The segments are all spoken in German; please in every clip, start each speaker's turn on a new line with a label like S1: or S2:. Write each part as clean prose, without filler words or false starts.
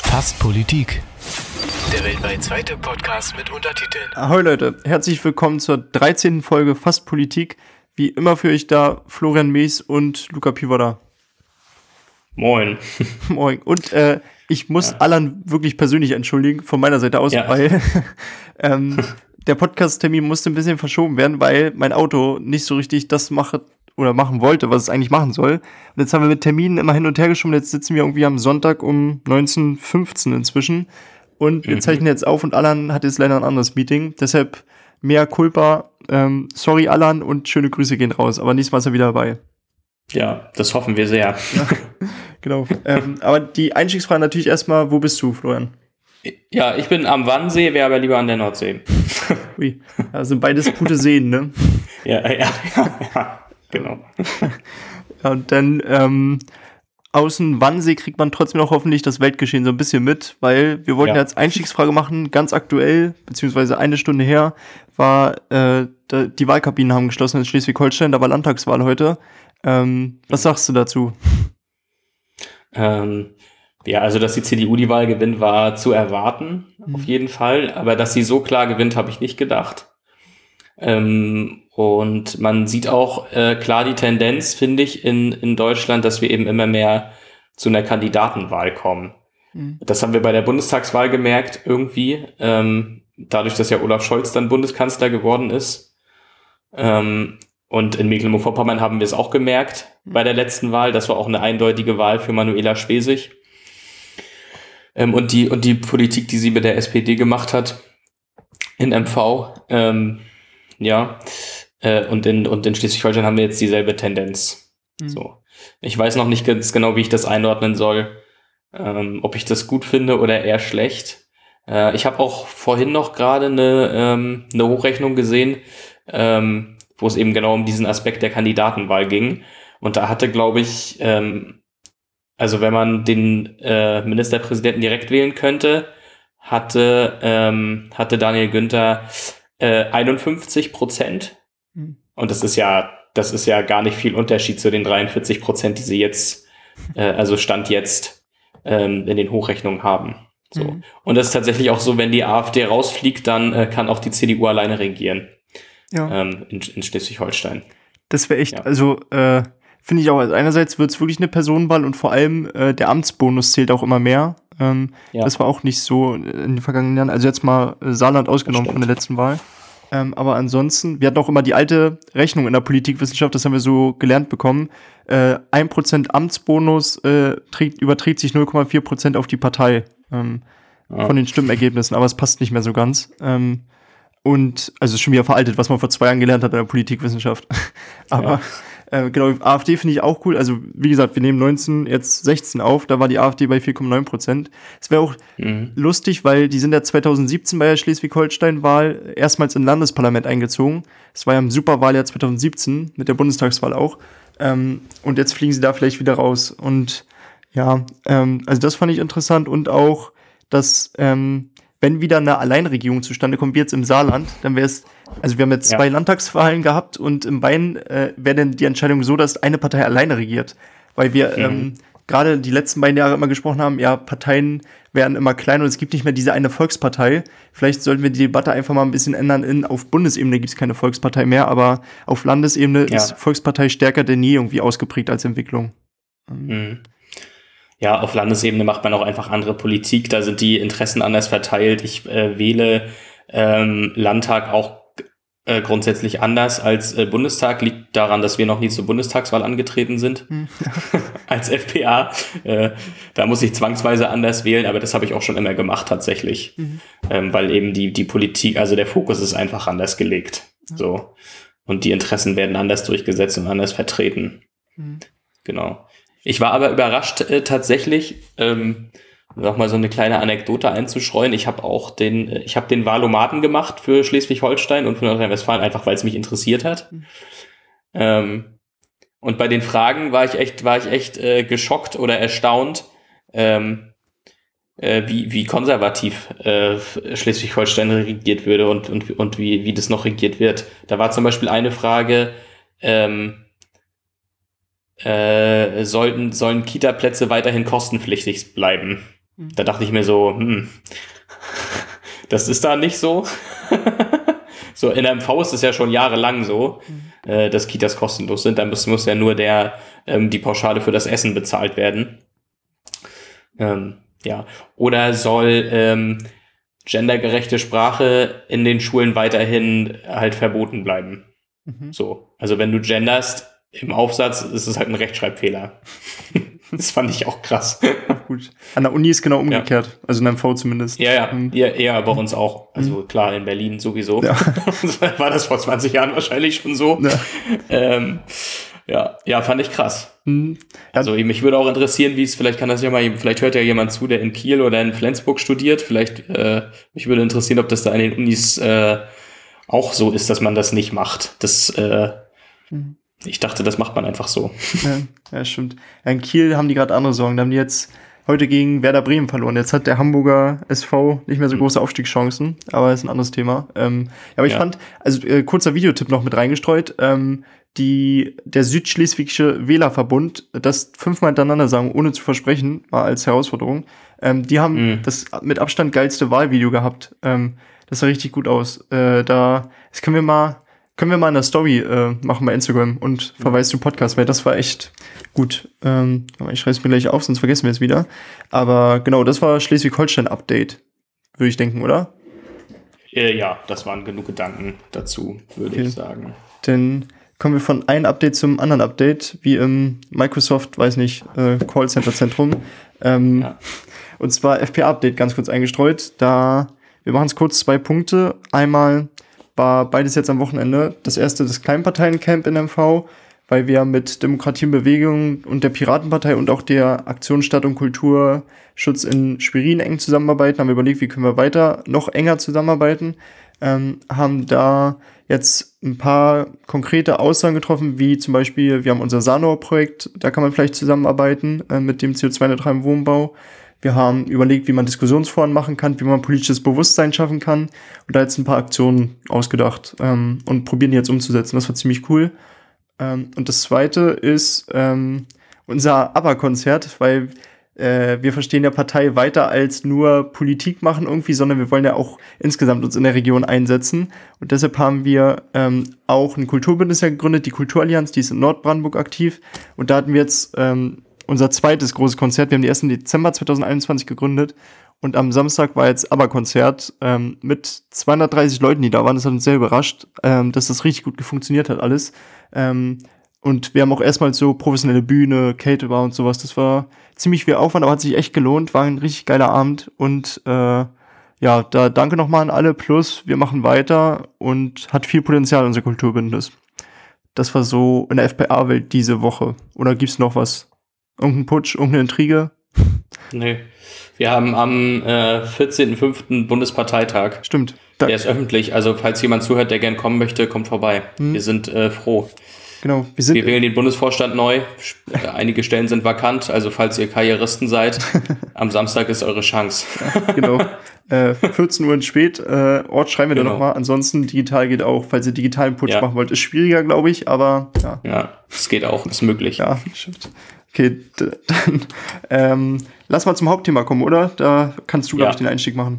S1: Fast Politik. Der weltweit zweite Podcast mit Untertiteln.
S2: Ahoi Leute, herzlich willkommen zur 13. Folge Fast Politik. Wie immer für euch da Florian Mees und Luca Pivoda.
S3: Moin.
S2: Moin. Und ich muss Alan wirklich persönlich entschuldigen, von meiner Seite aus, weil der Podcast-Termin musste ein bisschen verschoben werden, weil mein Auto nicht so richtig das machen wollte, was es eigentlich machen soll. Und jetzt haben wir mit Terminen immer hin und her geschoben. Jetzt sitzen wir irgendwie am Sonntag um 19:15 inzwischen. Und wir zeichnen jetzt auf und Alan hat jetzt leider ein anderes Meeting. Deshalb mea culpa. Sorry Alan und schöne Grüße gehen raus. Aber nächstes Mal ist er wieder dabei.
S3: Ja, das hoffen wir sehr.
S2: Ja, genau. Aber die Einstiegsfrage natürlich erstmal, wo bist du, Florian?
S3: Ja, ich bin am Wannsee, wäre aber lieber an der Nordsee.
S2: Ui, also beides gute Seen, ne?
S3: Ja, genau.
S2: Ja, und dann außen Wannsee kriegt man trotzdem noch hoffentlich das Weltgeschehen so ein bisschen mit, weil wir wollten jetzt Einstiegsfrage machen, ganz aktuell, beziehungsweise eine Stunde her, war die Wahlkabinen haben geschlossen in Schleswig-Holstein, da war Landtagswahl heute. Was sagst du dazu?
S3: Ja, also dass die CDU die Wahl gewinnt, war zu erwarten, auf jeden Fall. Aber dass sie so klar gewinnt, habe ich nicht gedacht. Und man sieht auch klar die Tendenz, finde ich, in Deutschland, dass wir eben immer mehr zu einer Kandidatenwahl kommen. Das haben wir bei der Bundestagswahl gemerkt irgendwie, dadurch, dass ja Olaf Scholz dann Bundeskanzler geworden ist. Und in Mecklenburg-Vorpommern haben wir es auch gemerkt bei der letzten Wahl. Das war auch eine eindeutige Wahl für Manuela Schwesig. Und die Politik, die sie mit der SPD gemacht hat in MV, und in Schleswig-Holstein haben wir jetzt dieselbe Tendenz. So. Ich weiß noch nicht ganz genau, wie ich das einordnen soll, ob ich das gut finde oder eher schlecht. Ich habe auch vorhin noch gerade eine Hochrechnung gesehen, wo es eben genau um diesen Aspekt der Kandidatenwahl ging. Und da hatte, glaube ich, also wenn man den Ministerpräsidenten direkt wählen könnte, hatte Daniel Günther 51%. Und das ist ja gar nicht viel Unterschied zu den 43%, die sie jetzt, also Stand jetzt, in den Hochrechnungen haben. So. Und das ist tatsächlich auch so, wenn die AfD rausfliegt, dann kann auch die CDU alleine regieren. Ja. In Schleswig-Holstein.
S2: Das wäre echt, also finde ich auch, also einerseits wird es wirklich eine Personenwahl und vor allem der Amtsbonus zählt auch immer mehr. Das war auch nicht so in den vergangenen Jahren. Also jetzt mal Saarland ausgenommen von der letzten Wahl. Aber ansonsten, wir hatten auch immer die alte Rechnung in der Politikwissenschaft, das haben wir so gelernt bekommen. 1% Amtsbonus überträgt sich 0,4% auf die Partei von den Stimmenergebnissen, aber es passt nicht mehr so ganz. Und also es ist schon wieder veraltet, was man vor 2 Jahren gelernt hat in der Politikwissenschaft. Aber genau, AfD finde ich auch cool. Also wie gesagt, wir nehmen 16 auf, da war die AfD bei 4,9%. Es wäre auch lustig, weil die sind ja 2017 bei der Schleswig-Holstein-Wahl erstmals ins Landesparlament eingezogen. Es war ja ein super Wahljahr 2017, mit der Bundestagswahl auch. Und jetzt fliegen sie da vielleicht wieder raus. Und ja, also das fand ich interessant und auch, dass wenn wieder eine Alleinregierung zustande kommt, wie jetzt im Saarland, dann wäre es, also wir haben jetzt 2 Landtagswahlen gehabt und im Bayern wäre dann die Entscheidung so, dass eine Partei alleine regiert. Weil wir gerade die letzten beiden Jahre immer gesprochen haben, ja, Parteien werden immer kleiner und es gibt nicht mehr diese eine Volkspartei. Vielleicht sollten wir die Debatte einfach mal ein bisschen ändern. Auf Bundesebene gibt es keine Volkspartei mehr, aber auf Landesebene ist Volkspartei stärker denn nie irgendwie ausgeprägt als Entwicklung.
S3: Ja, auf Landesebene macht man auch einfach andere Politik, da sind die Interessen anders verteilt. Ich wähle Landtag auch grundsätzlich anders als Bundestag. Liegt daran, dass wir noch nie zur Bundestagswahl angetreten sind als FPA. Da muss ich zwangsweise anders wählen, aber das habe ich auch schon immer gemacht tatsächlich, weil eben die Politik, also der Fokus ist einfach anders gelegt. So. Und die Interessen werden anders durchgesetzt und anders vertreten. Genau. Ich war aber überrascht tatsächlich, noch mal so eine kleine Anekdote einzuschreuen. Ich habe den Wahlomaten gemacht für Schleswig-Holstein und für Nordrhein-Westfalen, einfach weil es mich interessiert hat. Und bei den Fragen war ich echt geschockt oder erstaunt, wie konservativ Schleswig-Holstein regiert würde und wie das noch regiert wird. Da war zum Beispiel eine Frage, sollen Kita-Plätze weiterhin kostenpflichtig bleiben? Da dachte ich mir so, das ist da nicht so. So, in der MV ist es ja schon jahrelang so, dass Kitas kostenlos sind. Dann muss ja nur die Pauschale für das Essen bezahlt werden. Ja. Oder soll gendergerechte Sprache in den Schulen weiterhin halt verboten bleiben? So. Also wenn du genderst im Aufsatz, ist es halt ein Rechtschreibfehler. Das fand ich auch krass.
S2: Gut. An der Uni ist genau umgekehrt. Also in der MV zumindest.
S3: Ja, bei uns auch. Also klar, in Berlin sowieso. Ja. War das vor 20 Jahren wahrscheinlich schon so. Ja, fand ich krass. Also mich würde auch interessieren, wie es, vielleicht hört ja jemand zu, der in Kiel oder in Flensburg studiert. Mich würde interessieren, ob das da an den Unis auch so ist, dass man das nicht macht. Ich dachte, das macht man einfach so.
S2: Ja, stimmt. Ja, in Kiel haben die gerade andere Sorgen. Da haben die jetzt heute gegen Werder Bremen verloren. Jetzt hat der Hamburger SV nicht mehr so große Aufstiegschancen, aber das ist ein anderes Thema. Aber ich fand, also kurzer Videotipp noch mit reingestreut, der Südschleswigsche Wählerverbund, das 5-mal hintereinander sagen, ohne zu versprechen, war als Herausforderung. Die haben das mit Abstand geilste Wahlvideo gehabt. Das sah richtig gut aus. Das können wir mal in der Story machen bei Instagram und Verweis zum Podcast, weil das war echt gut. Ich schreibe es mir gleich auf, sonst vergessen wir es wieder. Aber genau, das war Schleswig-Holstein-Update, würde ich denken, oder?
S3: Ja, das waren genug Gedanken dazu, würde ich sagen.
S2: Dann kommen wir von einem Update zum anderen Update, wie im Microsoft, Callcenter-Zentrum. Und zwar FPA-Update ganz kurz eingestreut. Wir machen es kurz 2 Punkte. Einmal war beides jetzt am Wochenende. Das erste, das Kleinparteiencamp in MV, weil wir mit Demokratie und Bewegung und der Piratenpartei und auch der Aktion Stadt und Kulturschutz in Schwerin eng zusammenarbeiten, haben wir überlegt, wie können wir weiter noch enger zusammenarbeiten. Haben da jetzt ein paar konkrete Aussagen getroffen, wie zum Beispiel, wir haben unser Sanor-Projekt, da kann man vielleicht zusammenarbeiten mit dem CO2-neutralen Wohnbau. Wir haben überlegt, wie man Diskussionsforen machen kann, wie man politisches Bewusstsein schaffen kann und da jetzt ein paar Aktionen ausgedacht und probieren die jetzt umzusetzen. Das war ziemlich cool. Und das zweite ist unser ABBA-Konzert, weil wir verstehen der Partei weiter als nur Politik machen irgendwie, sondern wir wollen ja auch insgesamt uns in der Region einsetzen. Und deshalb haben wir auch ein Kulturbündnis gegründet, die Kulturallianz, die ist in Nordbrandenburg aktiv. Und da hatten wir jetzt unser zweites großes Konzert. Wir haben die erst im Dezember 2021 gegründet. Und am Samstag war jetzt ABBA-Konzert mit 230 Leuten, die da waren. Das hat uns sehr überrascht, dass das richtig gut funktioniert hat alles. Und wir haben auch erstmal so professionelle Bühne, Caterer und sowas. Das war ziemlich viel Aufwand, aber hat sich echt gelohnt. War ein richtig geiler Abend. Und da danke nochmal an alle. Plus, wir machen weiter und hat viel Potenzial, unser Kulturbündnis. Das war so in der FPA-Welt diese Woche. Oder gibt's noch was? Irgendein Putsch, irgendeine Intrige?
S3: Nee. Wir haben am 14.05. Bundesparteitag.
S2: Stimmt.
S3: Der ist öffentlich. Also falls jemand zuhört, der gern kommen möchte, kommt vorbei. Wir sind froh.
S2: Genau.
S3: Wir wählen den Bundesvorstand neu. Einige Stellen sind vakant. Also falls ihr Karrieristen seid, am Samstag ist eure Chance.
S2: Ja, genau. 14 Uhr in Spät. Ort schreiben wir da nochmal. Ansonsten digital geht auch. Falls ihr digitalen Putsch machen wollt, ist schwieriger, glaube ich. Aber ja.
S3: Ja, es geht auch. Ist möglich.
S2: Ja, stimmt. Okay, dann lass mal zum Hauptthema kommen, oder? Da kannst du, glaube ich, den Einstieg machen.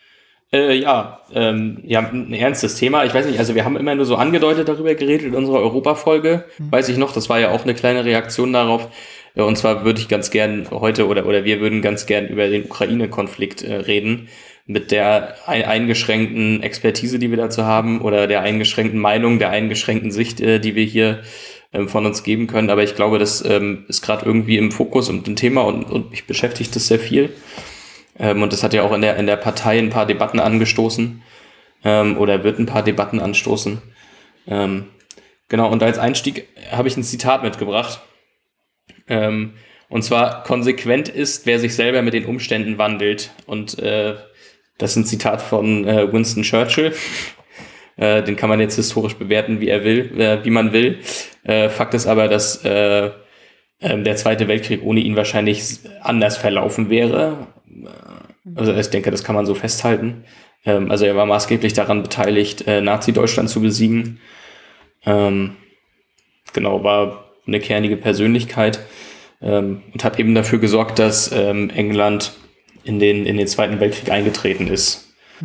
S2: Ein
S3: ernstes Thema. Ich weiß nicht, also wir haben immer nur so angedeutet darüber geredet in unserer Europa-Folge. Weiß ich noch, das war ja auch eine kleine Reaktion darauf. Und zwar würde ich ganz gern heute oder wir würden ganz gern über den Ukraine-Konflikt reden. Mit der eingeschränkten Expertise, die wir dazu haben, oder der eingeschränkten Meinung, der eingeschränkten Sicht, die wir hier von uns geben können. Aber ich glaube, das ist gerade irgendwie im Fokus und im Thema und mich beschäftigt das sehr viel. Und das hat ja auch in der Partei ein paar Debatten angestoßen oder wird ein paar Debatten anstoßen. Genau, und als Einstieg habe ich ein Zitat mitgebracht. Und zwar, konsequent ist, wer sich selber mit den Umständen wandelt. Und das ist ein Zitat von Winston Churchill. Den kann man jetzt historisch bewerten, wie man will. Fakt ist aber, dass der Zweite Weltkrieg ohne ihn wahrscheinlich anders verlaufen wäre. Also ich denke, das kann man so festhalten. Also er war maßgeblich daran beteiligt, Nazi-Deutschland zu besiegen. Genau, war eine kernige Persönlichkeit und hat eben dafür gesorgt, dass England in den Zweiten Weltkrieg eingetreten ist.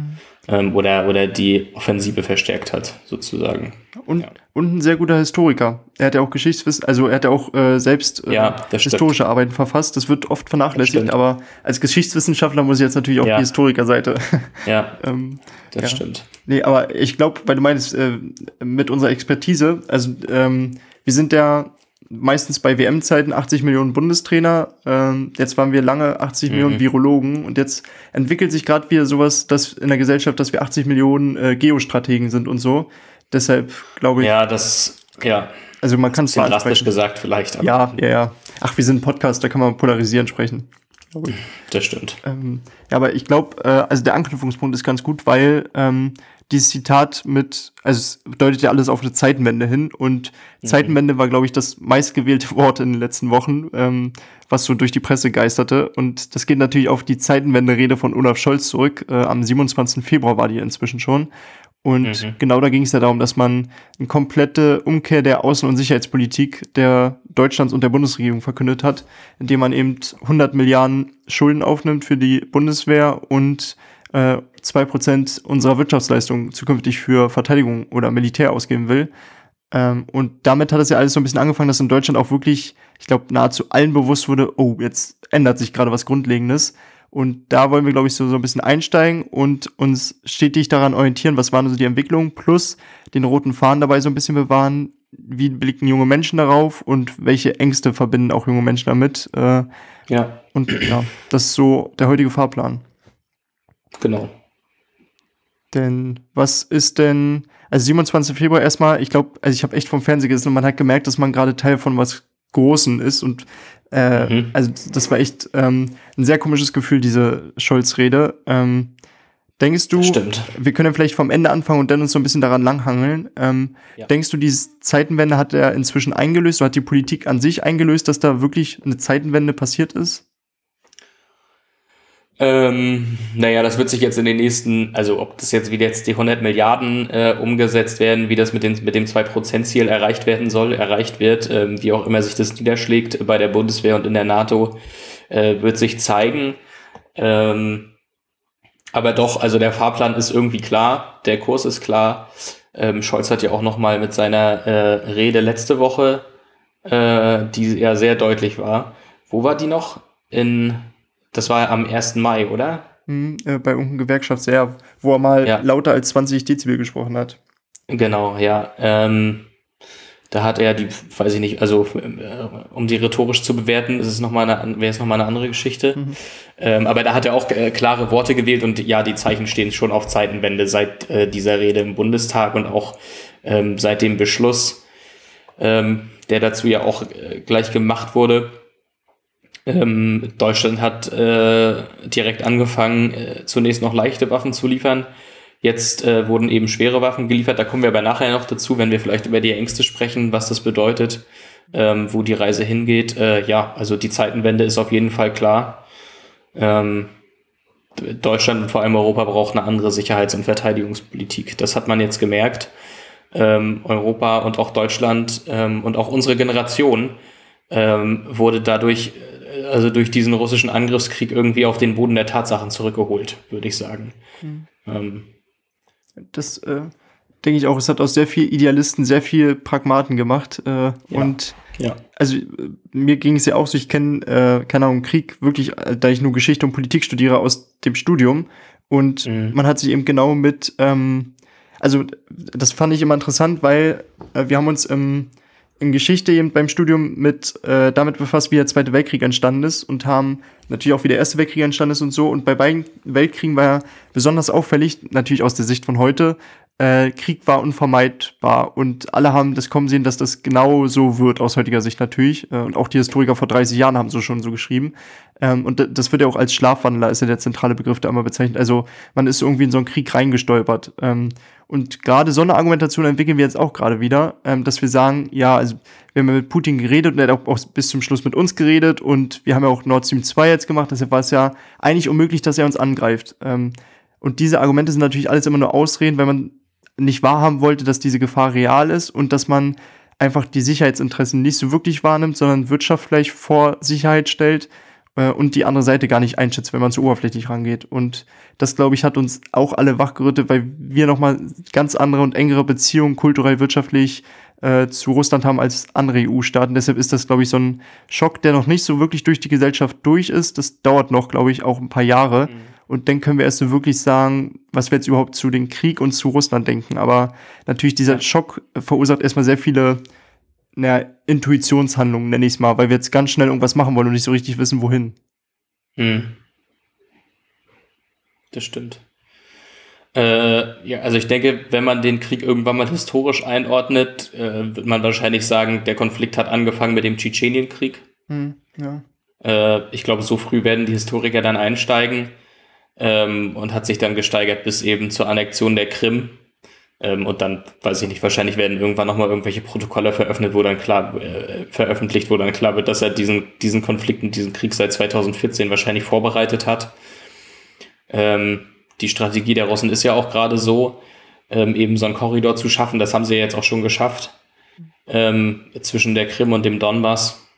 S3: Oder die Offensive verstärkt hat, sozusagen.
S2: Und ein sehr guter Historiker. Er hat ja auch Geschichtswissen, also er hat ja auch selbst historische Arbeiten verfasst. Das wird oft vernachlässigt, aber als Geschichtswissenschaftler muss ich jetzt natürlich auch die Historikerseite.
S3: Ja, das stimmt.
S2: Nee, aber ich glaube, weil du meinst, mit unserer Expertise, also wir sind ja meistens bei WM-Zeiten 80 Millionen Bundestrainer, jetzt waren wir lange 80 Millionen Virologen und jetzt entwickelt sich gerade wieder sowas, dass in der Gesellschaft, dass wir 80 Millionen Geostrategen sind und so. Deshalb glaube ich. Also man kann es
S3: zwar drastisch gesagt vielleicht.
S2: Aber ja. Ach, wir sind ein Podcast, da kann man polarisieren sprechen.
S3: Das stimmt.
S2: Aber ich glaube, also der Anknüpfungspunkt ist ganz gut, weil dieses Zitat also es deutet ja alles auf eine Zeitenwende hin und Zeitenwende war, glaube ich, das meistgewählte Wort in den letzten Wochen, was so durch die Presse geisterte und das geht natürlich auf die Zeitenwende-Rede von Olaf Scholz zurück, am 27. Februar war die inzwischen schon und genau da ging es ja darum, dass man eine komplette Umkehr der Außen- und Sicherheitspolitik der Deutschlands und der Bundesregierung verkündet hat, indem man eben 100 Milliarden Schulden aufnimmt für die Bundeswehr und 2% unserer Wirtschaftsleistung zukünftig für Verteidigung oder Militär ausgeben will. Und damit hat es ja alles so ein bisschen angefangen, dass in Deutschland auch wirklich, ich glaube, nahezu allen bewusst wurde, oh, jetzt ändert sich gerade was Grundlegendes. Und da wollen wir, glaube ich, so ein bisschen einsteigen und uns stetig daran orientieren, was waren so die Entwicklungen, plus den roten Faden dabei so ein bisschen bewahren, wie blicken junge Menschen darauf und welche Ängste verbinden auch junge Menschen damit. Und das ist so der heutige Fahrplan.
S3: Genau.
S2: Denn was ist denn, also 27. Februar erstmal, ich glaube, also ich habe echt vom Fernsehen gesessen und man hat gemerkt, dass man gerade Teil von was Großen ist und also das war echt ein sehr komisches Gefühl, diese Scholz-Rede. Denkst du, wir können ja vielleicht vom Ende anfangen und dann uns so ein bisschen daran langhangeln. Denkst du, diese Zeitenwende hat er inzwischen eingelöst oder hat die Politik an sich eingelöst, dass da wirklich eine Zeitenwende passiert ist?
S3: Das wird sich jetzt in den nächsten, also ob das jetzt wie jetzt die 100 Milliarden umgesetzt werden, wie das mit dem 2%-Ziel erreicht wird, wie auch immer sich das niederschlägt bei der Bundeswehr und in der NATO, wird sich zeigen. Aber doch, also der Fahrplan ist irgendwie klar, der Kurs ist klar. Scholz hat ja auch nochmal mit seiner Rede letzte Woche, die ja sehr deutlich war. Wo war die noch? Das war am 1. Mai, oder?
S2: Bei irgendeinem Gewerkschaftsjahr, wo er mal lauter als 20 Dezibel gesprochen hat.
S3: Genau, ja. Da hat er weiß ich nicht, also um die rhetorisch zu bewerten, wäre es nochmal eine andere Geschichte. Aber da hat er auch klare Worte gewählt und ja, die Zeichen stehen schon auf Zeitenwende seit dieser Rede im Bundestag und auch seit dem Beschluss, der dazu ja auch gleich gemacht wurde. Deutschland hat direkt angefangen, zunächst noch leichte Waffen zu liefern. Jetzt wurden eben schwere Waffen geliefert. Da kommen wir aber nachher noch dazu, wenn wir vielleicht über die Ängste sprechen, was das bedeutet, wo die Reise hingeht. Also die Zeitenwende ist auf jeden Fall klar. Deutschland und vor allem Europa braucht eine andere Sicherheits- und Verteidigungspolitik. Das hat man jetzt gemerkt. Europa und auch Deutschland und auch unsere Generation wurde dadurch durch diesen russischen Angriffskrieg irgendwie auf den Boden der Tatsachen zurückgeholt, würde ich sagen.
S2: Das denke ich auch. Es hat aus sehr viel Idealisten sehr viel Pragmaten gemacht. Also mir ging es ja auch so, ich kenne, keine Ahnung, Krieg wirklich, da ich nur Geschichte und Politik studiere aus dem Studium. Und man hat sich eben genau mit, also das fand ich immer interessant, weil wir haben uns in Geschichte eben beim Studium damit befasst, wie der Zweite Weltkrieg entstanden ist und haben natürlich auch, wie der Erste Weltkrieg entstanden ist und so. Und bei beiden Weltkriegen war ja besonders auffällig, natürlich aus der Sicht von heute, Krieg war unvermeidbar und alle haben das kommen sehen, dass das genau so wird, aus heutiger Sicht natürlich. Und auch die Historiker vor 30 Jahren haben so schon so geschrieben. Und das wird ja auch als Schlafwandler, ist ja der zentrale Begriff, der immer bezeichnet. Also man ist irgendwie in so einen Krieg reingestolpert. Und gerade so eine Argumentation entwickeln wir jetzt auch gerade wieder, dass wir sagen, ja, also wir haben mit Putin geredet und er hat auch bis zum Schluss mit uns geredet und wir haben ja auch Nord Stream 2 jetzt gemacht, deshalb war es ja eigentlich unmöglich, dass er uns angreift. Und diese Argumente sind natürlich alles immer nur Ausreden, weil man nicht wahrhaben wollte, dass diese Gefahr real ist und dass man einfach die Sicherheitsinteressen nicht so wirklich wahrnimmt, sondern Wirtschaft vielleicht vor Sicherheit stellt und die andere Seite gar nicht einschätzt, wenn man zu oberflächlich rangeht. Und das, glaube ich, hat uns auch alle wachgerüttet, weil wir nochmal ganz andere und engere Beziehungen kulturell, wirtschaftlich zu Russland haben als andere EU-Staaten. Deshalb ist das, glaube ich, so ein Schock, der noch nicht so wirklich durch die Gesellschaft durch ist. Das dauert noch, glaube ich, auch ein paar Jahre. Und dann können wir erst so wirklich sagen, was wir jetzt überhaupt zu dem Krieg und zu Russland denken. Aber natürlich dieser Schock verursacht erstmal sehr viele Intuitionshandlungen, nenne ich es mal, weil wir jetzt ganz schnell irgendwas machen wollen und nicht so richtig wissen, wohin.
S3: Das stimmt. Ja, also ich denke, wenn man den Krieg irgendwann mal historisch einordnet, wird man wahrscheinlich sagen, der Konflikt hat angefangen mit dem Tschetschenienkrieg. Ich glaube, so früh werden die Historiker dann einsteigen und hat sich dann gesteigert bis eben zur Annexion der Krim. Und dann, weiß ich nicht, wahrscheinlich werden irgendwann nochmal irgendwelche Protokolle veröffentlicht, wo dann klar wird, dass er diesen Konflikt und diesen Krieg seit 2014 wahrscheinlich vorbereitet hat. Die Strategie der Russen ist ja auch gerade so, eben so einen Korridor zu schaffen. Das haben sie ja jetzt auch schon geschafft, zwischen der Krim und dem Donbass.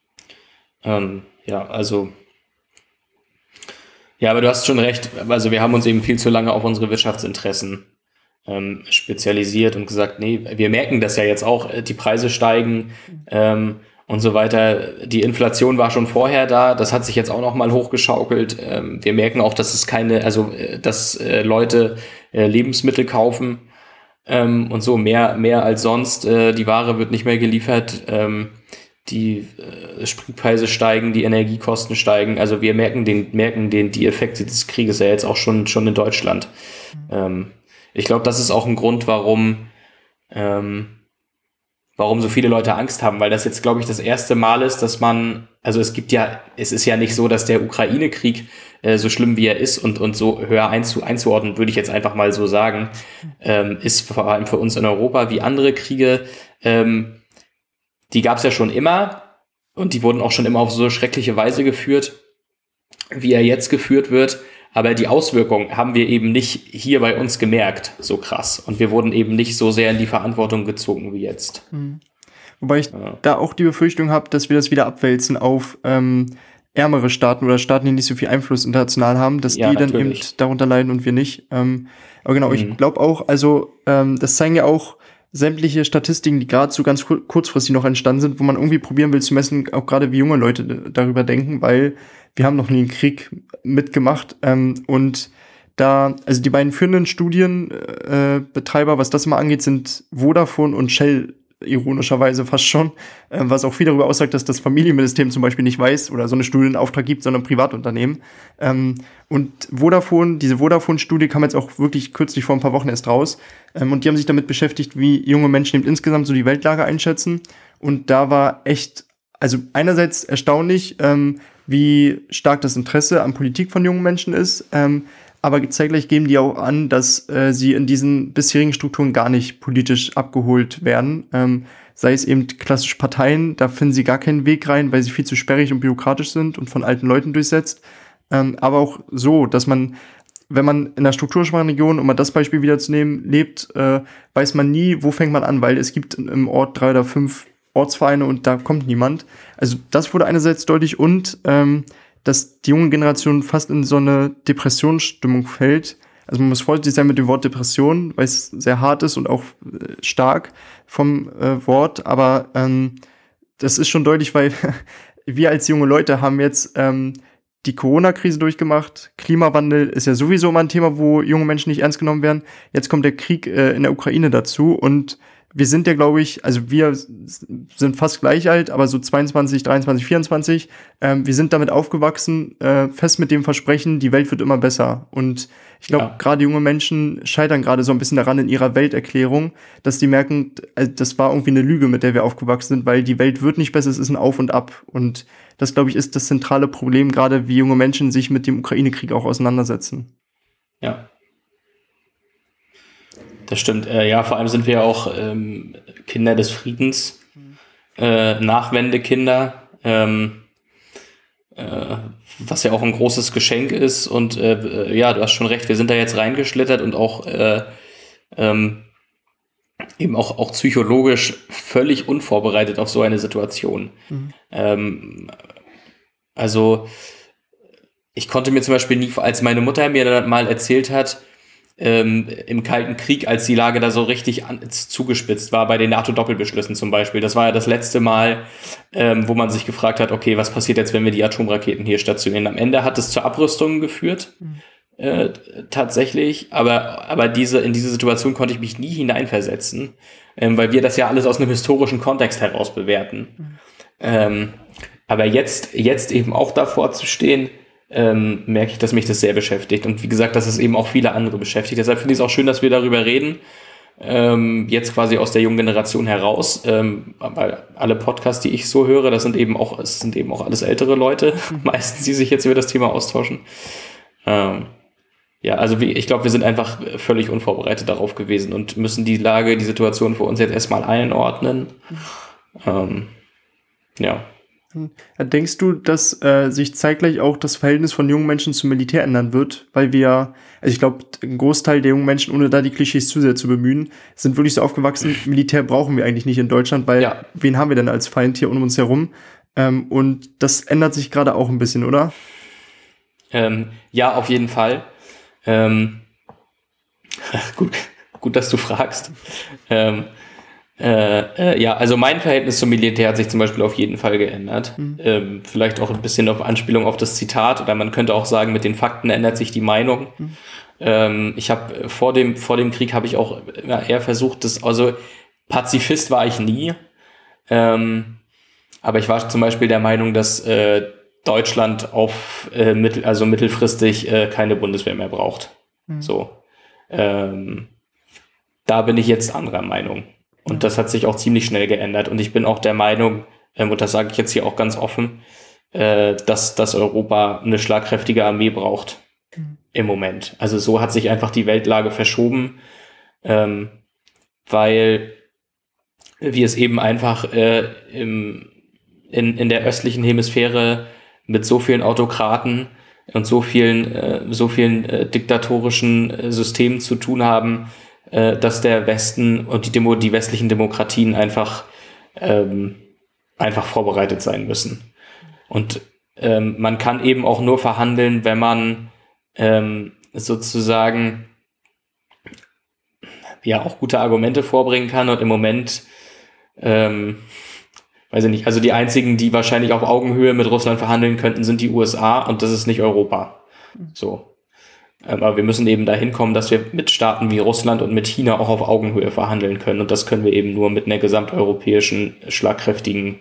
S3: Aber du hast schon recht. Also wir haben uns eben viel zu lange auf unsere Wirtschaftsinteressen spezialisiert und gesagt, nee, wir merken das ja jetzt auch, die Preise steigen und so weiter. Die Inflation war schon vorher da, das hat sich jetzt auch noch mal hochgeschaukelt. Wir merken auch, dass dass Leute Lebensmittel kaufen und so mehr als sonst. Die Ware wird nicht mehr geliefert, die Spritpreise steigen, die Energiekosten steigen. Also wir merken die Effekte des Krieges ja jetzt auch schon in Deutschland. Ich glaube, das ist auch ein Grund, warum so viele Leute Angst haben, weil das jetzt, glaube ich, das erste Mal ist, dass es ist ja nicht so, dass der Ukraine-Krieg so schlimm wie er ist und so höher einzuordnen, würde ich jetzt einfach mal so sagen, ist vor allem für uns in Europa wie andere Kriege, die gab es ja schon immer und die wurden auch schon immer auf so schreckliche Weise geführt, wie er jetzt geführt wird. Aber die Auswirkungen haben wir eben nicht hier bei uns gemerkt, so krass. Und wir wurden eben nicht so sehr in die Verantwortung gezogen wie jetzt.
S2: Wobei ich da auch die Befürchtung habe, dass wir das wieder abwälzen auf ärmere Staaten oder Staaten, die nicht so viel Einfluss international haben, dass die dann eben darunter leiden und wir nicht. Aber genau, ich glaube auch, das zeigen ja auch sämtliche Statistiken, die gerade so ganz kurzfristig noch entstanden sind, wo man irgendwie probieren will zu messen, auch gerade wie junge Leute darüber denken, weil wir haben noch nie einen Krieg mitgemacht und also die beiden führenden Studienbetreiber, was das immer angeht, sind Vodafone und Shell, ironischerweise fast schon, was auch viel darüber aussagt, dass das Familienministerium zum Beispiel nicht weiß oder so eine Studie in Auftrag gibt, sondern Privatunternehmen. Und diese Vodafone-Studie kam jetzt auch wirklich kürzlich vor ein paar Wochen erst raus. Und die haben sich damit beschäftigt, wie junge Menschen eben insgesamt so die Weltlage einschätzen. Und da war echt, also einerseits erstaunlich, wie stark das Interesse an Politik von jungen Menschen ist, aber zeitgleich geben die auch an, dass sie in diesen bisherigen Strukturen gar nicht politisch abgeholt werden. Sei es eben klassische Parteien, da finden sie gar keinen Weg rein, weil sie viel zu sperrig und bürokratisch sind und von alten Leuten durchsetzt. Aber auch so, dass man, wenn man in einer strukturschwachen Region, um mal das Beispiel wiederzunehmen, lebt, weiß man nie, wo fängt man an, weil es gibt im Ort 3 oder 5 Ortsvereine und da kommt niemand. Also das wurde einerseits deutlich und dass die junge Generation fast in so eine Depressionsstimmung fällt. Also man muss vorsichtig sein mit dem Wort Depression, weil es sehr hart ist und auch stark vom Wort, aber das ist schon deutlich, weil wir als junge Leute haben jetzt die Corona-Krise durchgemacht. Klimawandel ist ja sowieso immer ein Thema, wo junge Menschen nicht ernst genommen werden. Jetzt kommt der Krieg in der Ukraine dazu und wir sind ja, glaube ich, also wir sind fast gleich alt, aber so 22, 23, 24. Wir sind damit aufgewachsen, fest mit dem Versprechen, die Welt wird immer besser. Und ich glaube, gerade junge Menschen scheitern gerade so ein bisschen daran in ihrer Welterklärung, dass die merken, das war irgendwie eine Lüge, mit der wir aufgewachsen sind, weil die Welt wird nicht besser, es ist ein Auf und Ab. Und das, glaube ich, ist das zentrale Problem, gerade wie junge Menschen sich mit dem Ukraine-Krieg auch auseinandersetzen.
S3: Ja. Das stimmt. Vor allem sind wir auch Kinder des Friedens, Nachwendekinder, was ja auch ein großes Geschenk ist. Und du hast schon recht, wir sind da jetzt reingeschlittert und auch eben auch psychologisch völlig unvorbereitet auf so eine Situation. Also ich konnte mir zum Beispiel nie, als meine Mutter mir dann mal erzählt hat, im Kalten Krieg, als die Lage da so richtig zugespitzt war, bei den NATO-Doppelbeschlüssen zum Beispiel. Das war ja das letzte Mal, wo man sich gefragt hat, okay, was passiert jetzt, wenn wir die Atomraketen hier stationieren? Am Ende hat es zur Abrüstung geführt, tatsächlich, aber in diese Situation konnte ich mich nie hineinversetzen, weil wir das ja alles aus einem historischen Kontext heraus bewerten. Aber jetzt eben auch davor zu stehen, merke ich, dass mich das sehr beschäftigt. Und wie gesagt, dass es eben auch viele andere beschäftigt. Deshalb finde ich es auch schön, dass wir darüber reden. Jetzt quasi aus der jungen Generation heraus. Weil alle Podcasts, die ich so höre, es sind eben auch alles ältere Leute, meistens, die sich jetzt über das Thema austauschen. Ja, also ich glaube, wir sind einfach völlig unvorbereitet darauf gewesen und müssen die Situation für uns jetzt erstmal einordnen. Ja.
S2: Denkst du, dass sich zeitgleich auch das Verhältnis von jungen Menschen zum Militär ändern wird? Weil wir, also ich glaube, ein Großteil der jungen Menschen, ohne da die Klischees zu sehr zu bemühen, sind wirklich so aufgewachsen, Militär brauchen wir eigentlich nicht in Deutschland, weil wen haben wir denn als Feind hier um uns herum? Und das ändert sich gerade auch ein bisschen, oder?
S3: Ja, auf jeden Fall. Gut, dass du fragst. Ja, also mein Verhältnis zum Militär hat sich zum Beispiel auf jeden Fall geändert. Vielleicht auch ein bisschen auf Anspielung auf das Zitat, oder man könnte auch sagen, mit den Fakten ändert sich die Meinung. Ich habe vor dem Krieg habe ich auch eher versucht, also Pazifist war ich nie, aber ich war zum Beispiel der Meinung, dass Deutschland auf mittelfristig keine Bundeswehr mehr braucht. So, da bin ich jetzt anderer Meinung. Und das hat sich auch ziemlich schnell geändert. Und ich bin auch der Meinung, und das sage ich jetzt hier auch ganz offen, dass Europa eine schlagkräftige Armee braucht im Moment. Also so hat sich einfach die Weltlage verschoben, weil wir es eben einfach in der östlichen Hemisphäre mit so vielen Autokraten und so vielen diktatorischen Systemen zu tun haben, dass der Westen und die westlichen Demokratien einfach vorbereitet sein müssen. Und man kann eben auch nur verhandeln, wenn man sozusagen ja auch gute Argumente vorbringen kann. Und im Moment weiß ich nicht, also die einzigen, die wahrscheinlich auf Augenhöhe mit Russland verhandeln könnten, sind die USA, und das ist nicht Europa. So. Aber wir müssen eben dahin kommen, dass wir mit Staaten wie Russland und mit China auch auf Augenhöhe verhandeln können. Und das können wir eben nur mit einem gesamteuropäischen schlagkräftigen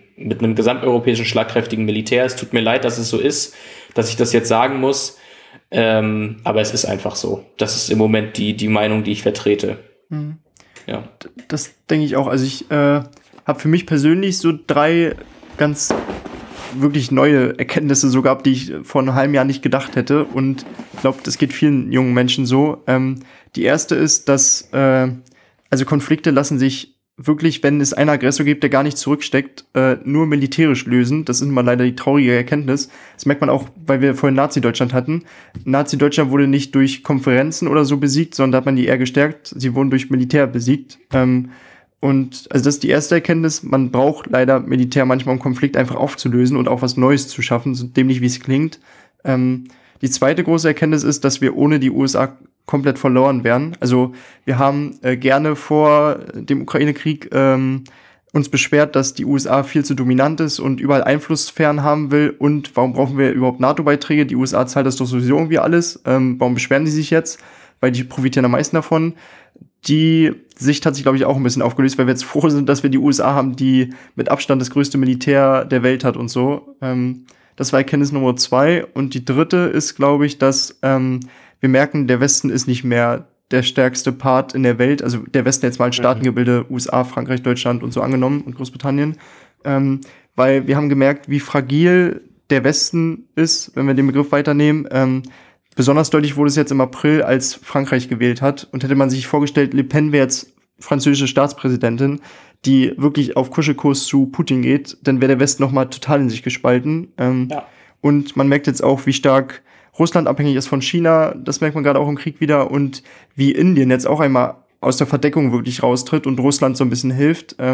S3: Militär. Es tut mir leid, dass es so ist, dass ich das jetzt sagen muss. Aber es ist einfach so. Das ist im Moment die Meinung, die ich vertrete. Ja.
S2: Das denke ich auch. Also ich habe für mich persönlich so 3 ganz wirklich neue Erkenntnisse so gehabt, die ich vor einem halben Jahr nicht gedacht hätte. Und ich glaube, das geht vielen jungen Menschen so. Die erste ist, dass also Konflikte lassen sich wirklich, wenn es einen Aggressor gibt, der gar nicht zurücksteckt, nur militärisch lösen. Das ist immer leider die traurige Erkenntnis. Das merkt man auch, weil wir vorhin Nazi-Deutschland hatten. Nazi-Deutschland wurde nicht durch Konferenzen oder so besiegt, sondern da hat man die eher gestärkt. Sie wurden durch Militär besiegt. Und also das ist die erste Erkenntnis, man braucht leider Militär manchmal, um Konflikt einfach aufzulösen und auch was Neues zu schaffen, so dämlich wie es klingt. Die zweite große Erkenntnis ist, dass wir ohne die USA komplett verloren wären. Also wir haben gerne vor dem Ukraine-Krieg uns beschwert, dass die USA viel zu dominant ist und überall Einflusssphären haben will. Und warum brauchen wir überhaupt NATO-Beiträge? Die USA zahlt das doch sowieso irgendwie alles. Warum beschweren die sich jetzt? Weil die profitieren am meisten davon. Die Sicht hat sich, glaube ich, auch ein bisschen aufgelöst, weil wir jetzt froh sind, dass wir die USA haben, die mit Abstand das größte Militär der Welt hat und so. Das war Erkenntnis Nummer 2. Und die dritte ist, glaube ich, dass wir merken, der Westen ist nicht mehr der stärkste Part in der Welt. Also der Westen jetzt mal als Staatengebilde, USA, Frankreich, Deutschland und so angenommen und Großbritannien. Weil wir haben gemerkt, wie fragil der Westen ist, wenn wir den Begriff weiternehmen. Besonders deutlich wurde es jetzt im April, als Frankreich gewählt hat. Und hätte man sich vorgestellt, Le Pen wäre jetzt französische Staatspräsidentin, die wirklich auf Kuschelkurs zu Putin geht, dann wäre der Westen nochmal total in sich gespalten. Und man merkt jetzt auch, wie stark Russland abhängig ist von China. Das merkt man gerade auch im Krieg wieder. Und wie Indien jetzt auch einmal aus der Verdeckung wirklich raustritt und Russland so ein bisschen hilft.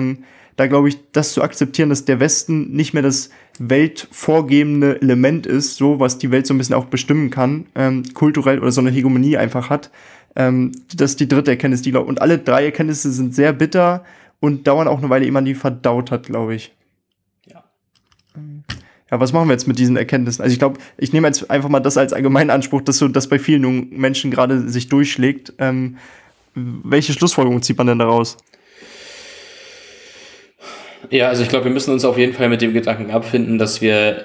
S2: da glaube ich, das zu akzeptieren, dass der Westen nicht mehr das weltvorgebende Element ist, so was die Welt so ein bisschen auch bestimmen kann, kulturell oder so eine Hegemonie einfach hat, das ist die dritte Erkenntnis, die und alle drei Erkenntnisse sind sehr bitter und dauern auch eine Weile, ehe man die verdaut hat, glaube ich. Ja, was machen wir jetzt mit diesen Erkenntnissen? Also ich glaube, ich nehme jetzt einfach mal das als allgemeinen Anspruch, dass so das bei vielen jungen Menschen gerade sich durchschlägt. Welche Schlussfolgerungen zieht man denn daraus?
S3: Ja, also ich glaube, wir müssen uns auf jeden Fall mit dem Gedanken abfinden, dass wir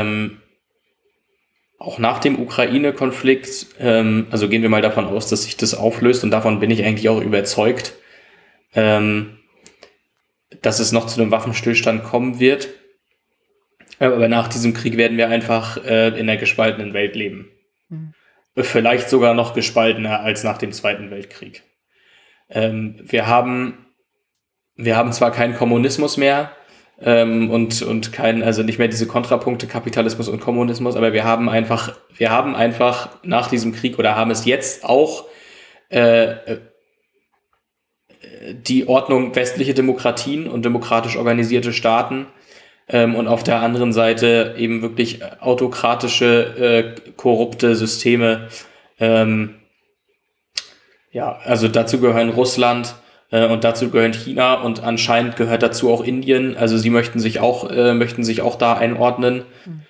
S3: auch nach dem Ukraine-Konflikt, also gehen wir mal davon aus, dass sich das auflöst und davon bin ich eigentlich auch überzeugt, dass es noch zu einem Waffenstillstand kommen wird. Aber nach diesem Krieg werden wir einfach in einer gespaltenen Welt leben. Vielleicht sogar noch gespaltener als nach dem Zweiten Weltkrieg. Wir haben zwar keinen Kommunismus mehr und keinen, also nicht mehr diese Kontrapunkte Kapitalismus und Kommunismus, aber wir haben einfach nach diesem Krieg oder haben es jetzt auch die Ordnung westliche Demokratien und demokratisch organisierte Staaten. Und auf der anderen Seite eben wirklich autokratische, korrupte Systeme. Also dazu gehören Russland und dazu gehören China und anscheinend gehört dazu auch Indien. Also sie möchten sich auch da einordnen.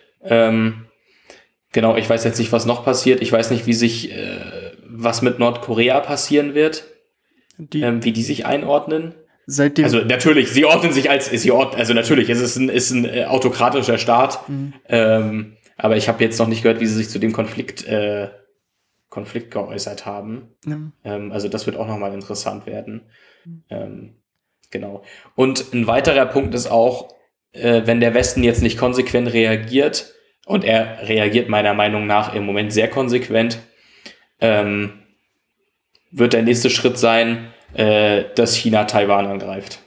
S3: Genau, ich weiß jetzt nicht, was noch passiert. Ich weiß nicht, was mit Nordkorea passieren wird, wie die sich einordnen. Also natürlich, sie ordnen sich natürlich, es ist ein autokratischer Staat, aber ich habe jetzt noch nicht gehört, wie sie sich zu dem Konflikt geäußert haben. Also das wird auch nochmal interessant werden. Genau. Und ein weiterer Punkt ist auch, wenn der Westen jetzt nicht konsequent reagiert, und er reagiert meiner Meinung nach im Moment sehr konsequent, wird der nächste Schritt sein, dass China Taiwan angreift.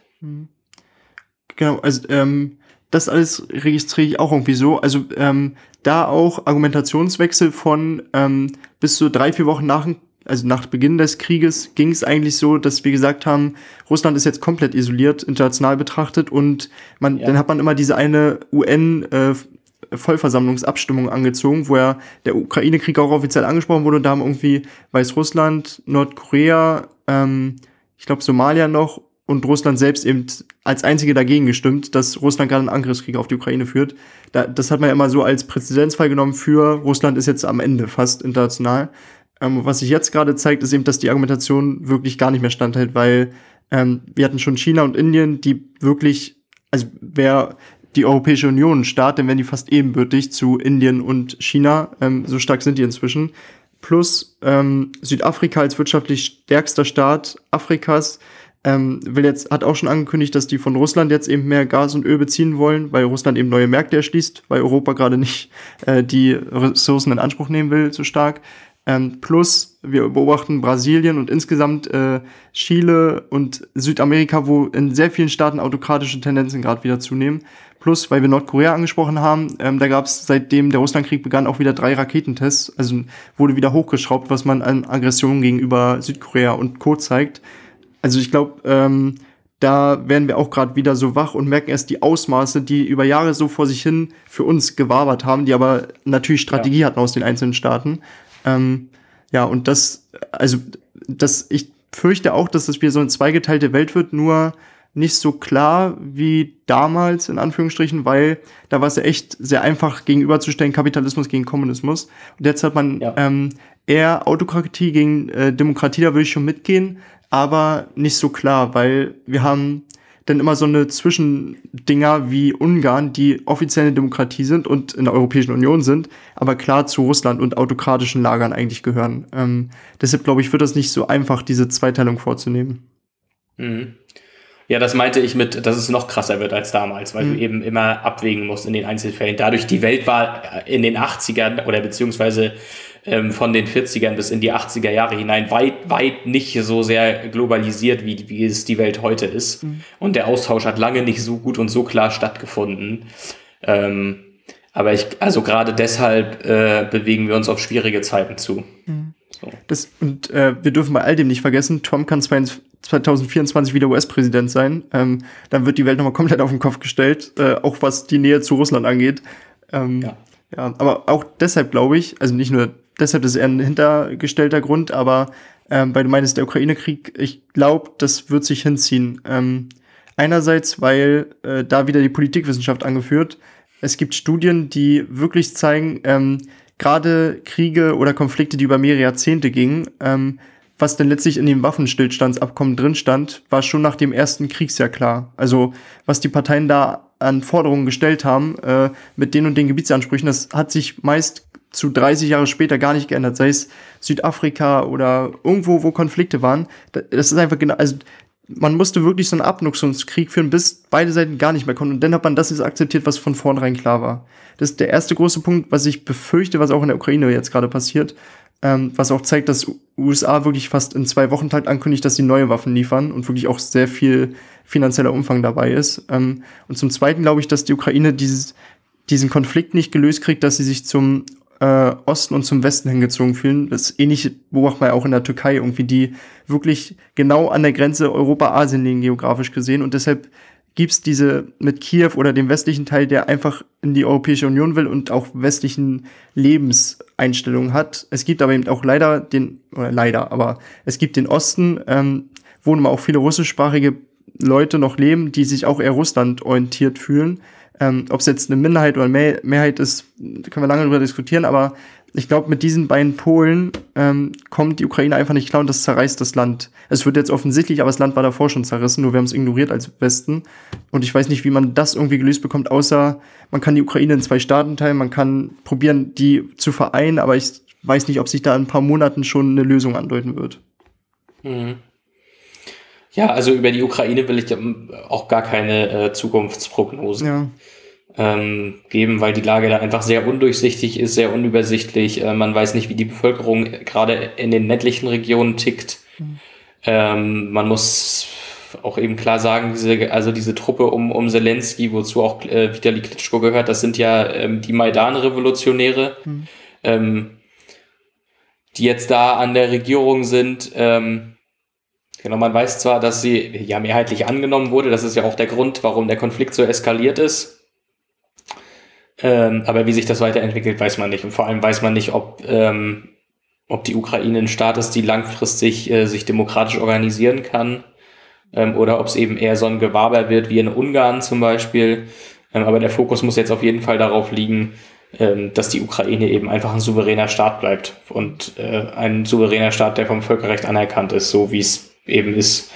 S2: Genau, also das alles registriere ich auch irgendwie so. Also da auch Argumentationswechsel von bis zu 3-4 Wochen nach Beginn des Krieges ging es eigentlich so, dass wir gesagt haben, Russland ist jetzt komplett isoliert, international betrachtet und dann hat man immer diese eine UN Vollversammlungsabstimmung angezogen, wo ja der Ukraine-Krieg auch offiziell angesprochen wurde und da haben irgendwie Weißrussland, Nordkorea, ich glaube Somalia noch und Russland selbst eben als einzige dagegen gestimmt, dass Russland gerade einen Angriffskrieg auf die Ukraine führt. Das hat man ja immer so als Präzedenzfall genommen für Russland ist jetzt am Ende fast international. Was sich jetzt gerade zeigt, ist eben, dass die Argumentation wirklich gar nicht mehr standhält, weil wir hatten schon China und Indien, die wirklich, also wer die Europäische Union startet, dann werden die fast ebenbürtig zu Indien und China. So stark sind die inzwischen. Plus Südafrika als wirtschaftlich stärkster Staat Afrikas hat auch schon angekündigt, dass die von Russland jetzt eben mehr Gas und Öl beziehen wollen, weil Russland eben neue Märkte erschließt, weil Europa gerade nicht die Ressourcen in Anspruch nehmen will so stark. Plus wir beobachten Brasilien und insgesamt Chile und Südamerika, wo in sehr vielen Staaten autokratische Tendenzen gerade wieder zunehmen. Plus, weil wir Nordkorea angesprochen haben, da gab es, seitdem der Russlandkrieg begann, auch wieder 3 Raketentests. Also wurde wieder hochgeschraubt, was man an Aggressionen gegenüber Südkorea und Co. zeigt. Also ich glaube, da werden wir auch gerade wieder so wach und merken erst die Ausmaße, die über Jahre so vor sich hin für uns gewabert haben, die aber natürlich Strategie hatten aus den einzelnen Staaten. Und ich fürchte auch, dass das wieder so eine zweigeteilte Welt wird, nur nicht so klar wie damals, in Anführungsstrichen, weil da war es ja echt sehr einfach gegenüberzustellen, Kapitalismus gegen Kommunismus. Und jetzt hat man eher Autokratie gegen Demokratie, da würde ich schon mitgehen, aber nicht so klar, weil wir haben dann immer so eine Zwischendinger wie Ungarn, die offiziell eine Demokratie sind und in der Europäischen Union sind, aber klar zu Russland und autokratischen Lagern eigentlich gehören. Deshalb, glaube ich, wird das nicht so einfach, diese Zweiteilung vorzunehmen.
S3: Mhm. Ja, das meinte ich mit, dass es noch krasser wird als damals, weil du eben immer abwägen musst in den Einzelfällen. Dadurch, die Welt war in den 80ern oder beziehungsweise von den 40ern bis in die 80er Jahre hinein weit nicht so sehr globalisiert, wie es die Welt heute ist. Und der Austausch hat lange nicht so gut und so klar stattgefunden. Aber gerade deshalb bewegen wir uns auf schwierige Zeiten zu.
S2: So. wir dürfen bei all dem nicht vergessen, Trump kann 2024 wieder US-Präsident sein. Dann wird die Welt nochmal komplett auf den Kopf gestellt, auch was die Nähe zu Russland angeht. Ja, aber auch deshalb glaube ich, also nicht nur deshalb, das ist eher ein hintergestellter Grund, aber weil du meinst, der Ukraine-Krieg, ich glaube, das wird sich hinziehen. Einerseits, weil da wieder die Politikwissenschaft angeführt. Es gibt Studien, die wirklich zeigen, gerade Kriege oder Konflikte, die über mehrere Jahrzehnte gingen, was denn letztlich in dem Waffenstillstandsabkommen drin stand, war schon nach dem ersten Kriegsjahr klar. Also was die Parteien da an Forderungen gestellt haben, mit den und den Gebietsansprüchen, das hat sich meist zu 30 Jahre später gar nicht geändert, sei es Südafrika oder irgendwo, wo Konflikte waren. Das ist einfach genau, also man musste wirklich so einen Abnutzungskrieg führen, bis beide Seiten gar nicht mehr konnten. Und dann hat man das jetzt akzeptiert, was von vornherein klar war. Das ist der erste große Punkt, was ich befürchte, was auch in der Ukraine jetzt gerade passiert, was auch zeigt, dass USA wirklich fast in 2-Wochen-Takt ankündigt, dass sie neue Waffen liefern und wirklich auch sehr viel finanzieller Umfang dabei ist. Und zum Zweiten glaube ich, dass die Ukraine diesen Konflikt nicht gelöst kriegt, dass sie sich zum Osten und zum Westen hingezogen fühlen. Das Ähnliche beobachten wir auch in der Türkei irgendwie, die wirklich genau an der Grenze Europa-Asien liegen, geografisch gesehen. Und deshalb gibt's diese mit Kiew oder dem westlichen Teil, der einfach in die Europäische Union will und auch westlichen Lebenseinstellungen hat. Es gibt aber eben auch aber es gibt den Osten, wo nun mal auch viele russischsprachige Leute noch leben, die sich auch eher Russland orientiert fühlen. Ob es jetzt eine Minderheit oder eine Mehrheit ist, können wir lange darüber diskutieren, aber ich glaube, mit diesen beiden Polen kommt die Ukraine einfach nicht klar und das zerreißt das Land. Es wird jetzt offensichtlich, aber das Land war davor schon zerrissen, nur wir haben es ignoriert als Westen. Und ich weiß nicht, wie man das irgendwie gelöst bekommt, außer man kann die Ukraine in 2 Staaten teilen, man kann probieren, die zu vereinen, aber ich weiß nicht, ob sich da in ein paar Monaten schon eine Lösung andeuten wird.
S3: Mhm. Ja, also über die Ukraine will ich auch gar keine Zukunftsprognosen geben, weil die Lage da einfach sehr undurchsichtig ist, sehr unübersichtlich. Man weiß nicht, wie die Bevölkerung gerade in den ländlichen Regionen tickt. Man muss auch eben klar sagen, diese Truppe um Zelensky, wozu auch Vitali Klitschko gehört, das sind ja die Maidan-Revolutionäre, die jetzt da an der Regierung sind. Genau, man weiß zwar, dass sie ja mehrheitlich angenommen wurde, das ist ja auch der Grund, warum der Konflikt so eskaliert ist. Aber wie sich das weiterentwickelt, weiß man nicht. Und vor allem weiß man nicht, ob die Ukraine ein Staat ist, die langfristig sich demokratisch organisieren kann, oder ob es eben eher so ein Gewaber wird wie in Ungarn zum Beispiel. Aber der Fokus muss jetzt auf jeden Fall darauf liegen, dass die Ukraine eben einfach ein souveräner Staat bleibt und ein souveräner Staat, der vom Völkerrecht anerkannt ist, so wie es eben ist.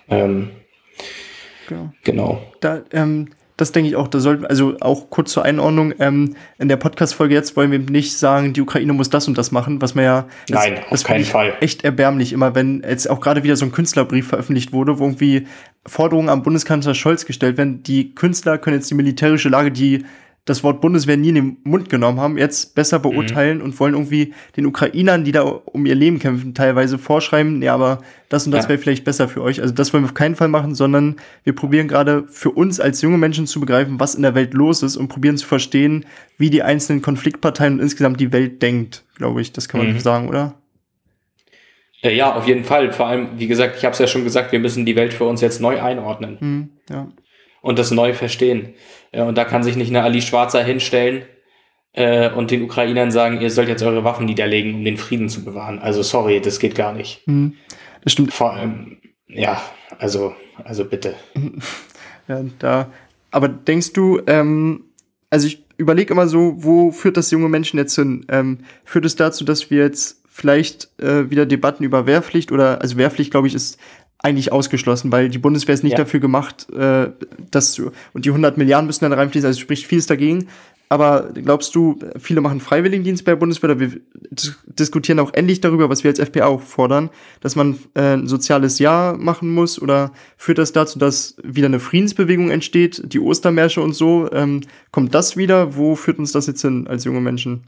S3: Genau.
S2: Das denke ich auch, da sollten, also auch kurz zur Einordnung, in der Podcast-Folge jetzt wollen wir nicht sagen, die Ukraine muss das und das machen, was man ja...
S3: Nein, auf keinen Fall.
S2: Echt erbärmlich immer, wenn jetzt auch gerade wieder so ein Künstlerbrief veröffentlicht wurde, wo irgendwie Forderungen am Bundeskanzler Scholz gestellt werden. Die Künstler können jetzt die militärische Lage, die das Wort Bundeswehr nie in den Mund genommen haben, jetzt besser beurteilen und wollen irgendwie den Ukrainern, die da um ihr Leben kämpfen, teilweise vorschreiben, ja, aber das und das wäre vielleicht besser für euch. Also das wollen wir auf keinen Fall machen, sondern wir probieren gerade für uns als junge Menschen zu begreifen, was in der Welt los ist und probieren zu verstehen, wie die einzelnen Konfliktparteien und insgesamt die Welt denkt, glaube ich. Das kann man sagen, oder?
S3: Ja, auf jeden Fall. Vor allem, wie gesagt, ich habe es ja schon gesagt, wir müssen die Welt für uns jetzt neu einordnen. Und das neu verstehen. Und da kann sich nicht eine Alice Schwarzer hinstellen und den Ukrainern sagen, ihr sollt jetzt eure Waffen niederlegen, um den Frieden zu bewahren. Also sorry, das geht gar nicht.
S2: Das stimmt.
S3: Vor allem, ja, also bitte.
S2: Ja, aber denkst du, also ich überlege immer so, wo führt das junge Menschen jetzt hin? Führt es dazu, dass wir jetzt vielleicht wieder Debatten über Wehrpflicht also Wehrpflicht, glaube ich, ist eigentlich ausgeschlossen, weil die Bundeswehr ist nicht dafür gemacht, und die 100 Milliarden müssen dann reinfließen, also spricht vieles dagegen. Aber glaubst du, viele machen Freiwilligendienst bei der Bundeswehr, oder wir diskutieren auch endlich darüber, was wir als FPA auch fordern, dass man ein soziales Jahr machen muss, oder führt das dazu, dass wieder eine Friedensbewegung entsteht, die Ostermärsche und so, kommt das wieder? Wo führt uns das jetzt hin als junge Menschen?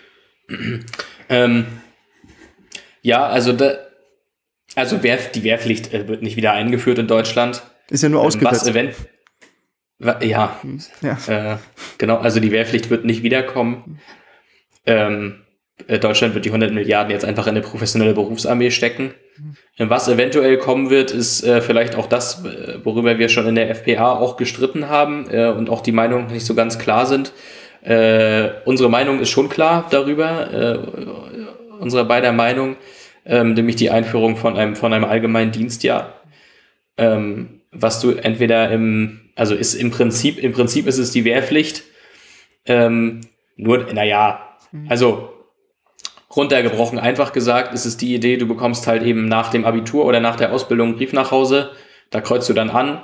S3: Ja, also die Wehrpflicht wird nicht wieder eingeführt in Deutschland.
S2: Ist ja nur ausgesetzt.
S3: Genau, also die Wehrpflicht wird nicht wiederkommen. Deutschland wird die 100 Milliarden jetzt einfach in eine professionelle Berufsarmee stecken. Was eventuell kommen wird, ist vielleicht auch das, worüber wir schon in der FPA auch gestritten haben und auch die Meinungen nicht so ganz klar sind. Unsere Meinung ist schon klar darüber, unsere beider Meinung, nämlich die Einführung von einem allgemeinen Dienstjahr, was du entweder also ist im Prinzip ist es die Wehrpflicht, also runtergebrochen, einfach gesagt, ist es die Idee, du bekommst halt eben nach dem Abitur oder nach der Ausbildung einen Brief nach Hause, da kreuzt du dann an,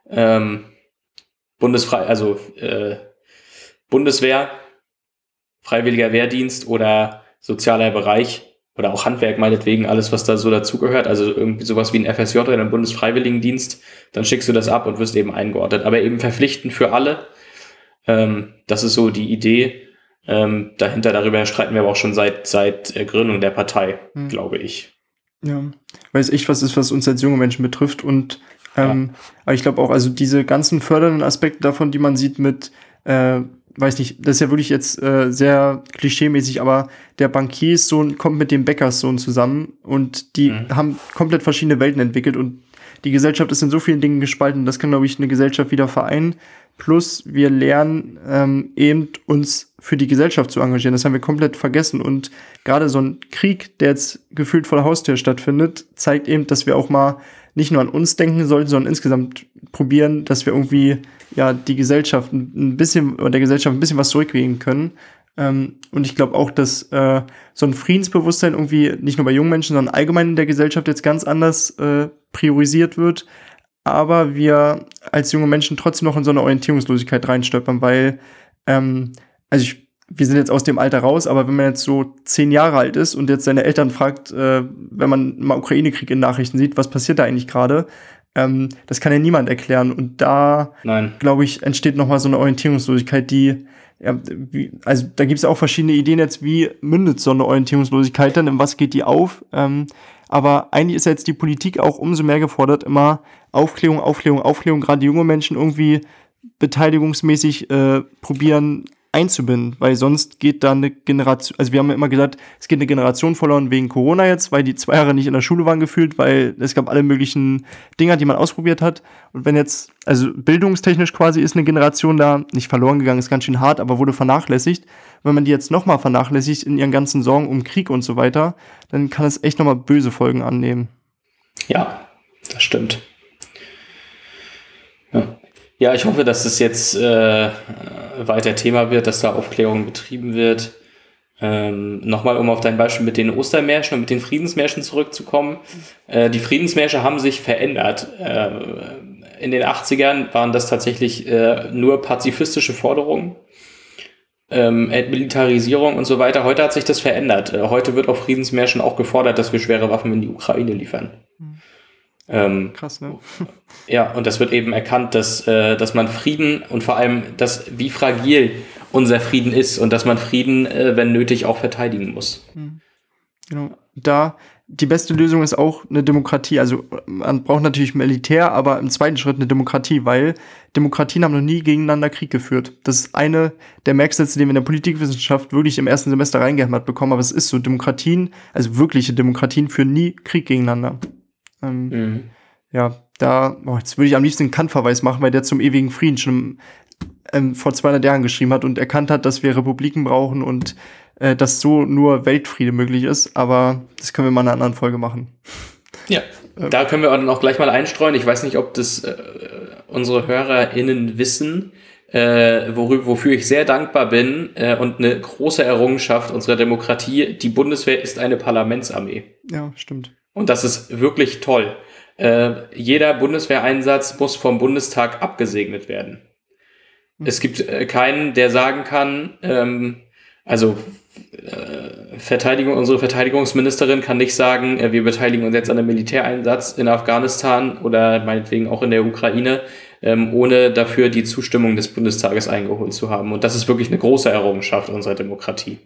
S3: Bundeswehr, Freiwilliger Wehrdienst oder sozialer Bereich oder auch Handwerk meinetwegen, alles was da so dazugehört, also irgendwie sowas wie ein FSJ oder ein Bundesfreiwilligendienst, dann schickst du das ab und wirst eben eingeordnet, aber eben verpflichtend für alle. Das ist so die Idee. Dahinter, darüber streiten wir aber auch schon seit Gründung der Partei, glaube ich.
S2: Ja, weil es echt was ist, was uns als junge Menschen betrifft und aber ich glaube auch, also diese ganzen fördernden Aspekte davon, die man sieht mit weiß nicht, das ist ja wirklich jetzt sehr klischeemäßig, aber der Bankierssohn kommt mit dem Bäckerssohn zusammen und die haben komplett verschiedene Welten entwickelt und die Gesellschaft ist in so vielen Dingen gespalten, das kann, glaube ich, eine Gesellschaft wieder vereinen. Plus wir lernen eben uns für die Gesellschaft zu engagieren. Das haben wir komplett vergessen. Und gerade so ein Krieg, der jetzt gefühlt vor der Haustür stattfindet, zeigt eben, dass wir auch mal nicht nur an uns denken sollten, sondern insgesamt probieren, dass wir irgendwie die Gesellschaft ein bisschen oder der Gesellschaft ein bisschen was zurückgeben können. Und ich glaube auch, dass so ein Friedensbewusstsein irgendwie nicht nur bei jungen Menschen, sondern allgemein in der Gesellschaft jetzt ganz anders priorisiert wird. Aber wir als junge Menschen trotzdem noch in so eine Orientierungslosigkeit reinstolpern, weil wir sind jetzt aus dem Alter raus, aber wenn man jetzt so 10 Jahre alt ist und jetzt seine Eltern fragt, wenn man mal Ukraine-Krieg in Nachrichten sieht, was passiert da eigentlich gerade, das kann ja niemand erklären. Und da, glaube ich, entsteht nochmal so eine Orientierungslosigkeit, die, also da gibt es auch verschiedene Ideen jetzt, wie mündet so eine Orientierungslosigkeit dann, in was geht die auf? Aber eigentlich ist ja jetzt die Politik auch umso mehr gefordert, immer Aufklärung, gerade junge Menschen irgendwie beteiligungsmäßig probieren einzubinden, weil sonst geht da eine Generation, also wir haben ja immer gesagt, es geht eine Generation verloren wegen Corona jetzt, weil die 2 Jahre nicht in der Schule waren gefühlt, weil es gab alle möglichen Dinger, die man ausprobiert hat. Und wenn jetzt, also bildungstechnisch quasi ist eine Generation da nicht verloren gegangen, ist ganz schön hart, aber wurde vernachlässigt. Wenn man die jetzt nochmal vernachlässigt in ihren ganzen Sorgen um Krieg und so weiter, dann kann es echt nochmal böse Folgen annehmen.
S3: Ja, das stimmt. Ja, ich hoffe, dass es jetzt weiter Thema wird, dass da Aufklärung betrieben wird. Nochmal, um auf dein Beispiel mit den Ostermärschen und mit den Friedensmärschen zurückzukommen. Die Friedensmärsche haben sich verändert. In den 80ern waren das tatsächlich nur pazifistische Forderungen, Entmilitarisierung und so weiter. Heute hat sich das verändert. Heute wird auf Friedensmärschen auch gefordert, dass wir schwere Waffen in die Ukraine liefern.
S2: Krass, ne?
S3: Ja, und das wird eben erkannt, dass man Frieden und vor allem, wie fragil unser Frieden ist und dass man Frieden, wenn nötig, auch verteidigen muss.
S2: Genau. Da die beste Lösung ist auch eine Demokratie. Also man braucht natürlich Militär, aber im zweiten Schritt eine Demokratie, weil Demokratien haben noch nie gegeneinander Krieg geführt. Das ist eine der Merksätze, die wir in der Politikwissenschaft wirklich im ersten Semester reingehämmert bekommen, aber es ist so, Demokratien, also wirkliche Demokratien führen nie Krieg gegeneinander. Jetzt würde ich am liebsten einen Kant-Verweis machen, weil der zum ewigen Frieden schon vor 200 Jahren geschrieben hat und erkannt hat, dass wir Republiken brauchen und dass so nur Weltfriede möglich ist, aber das können wir mal in einer anderen Folge machen.
S3: Ja, da können wir dann auch gleich mal einstreuen. Ich weiß nicht, ob das unsere HörerInnen wissen, wofür ich sehr dankbar bin und eine große Errungenschaft unserer Demokratie. Die Bundeswehr ist eine Parlamentsarmee.
S2: Ja, stimmt.
S3: Und das ist wirklich toll. Jeder Bundeswehreinsatz muss vom Bundestag abgesegnet werden. Es gibt keinen, der sagen kann, unsere Verteidigungsministerin kann nicht sagen, wir beteiligen uns jetzt an einem Militäreinsatz in Afghanistan oder meinetwegen auch in der Ukraine, ohne dafür die Zustimmung des Bundestages eingeholt zu haben. Und das ist wirklich eine große Errungenschaft unserer Demokratie.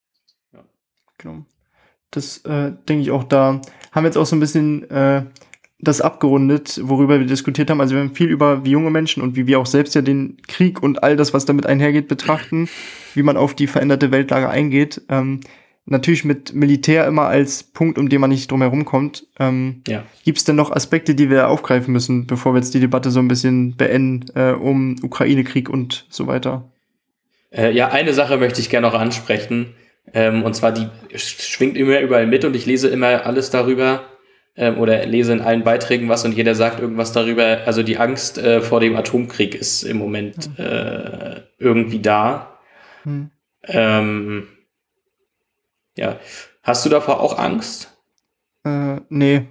S2: Ja. Genau. Das denke ich auch, da haben wir jetzt auch so ein bisschen das abgerundet, worüber wir diskutiert haben. Also wir haben viel über wie junge Menschen und wie wir auch selbst ja den Krieg und all das, was damit einhergeht, betrachten, wie man auf die veränderte Weltlage eingeht. Natürlich mit Militär immer als Punkt, um den man nicht drum herum kommt. Gibt es denn noch Aspekte, die wir aufgreifen müssen, bevor wir jetzt die Debatte so ein bisschen beenden, um Ukraine-Krieg und so weiter?
S3: Eine Sache möchte ich gerne noch ansprechen. Und zwar, die schwingt immer überall mit und ich lese immer alles darüber oder lese in allen Beiträgen was und jeder sagt irgendwas darüber. Also die Angst vor dem Atomkrieg ist im Moment irgendwie da. Hast du davor auch Angst?
S2: Nee.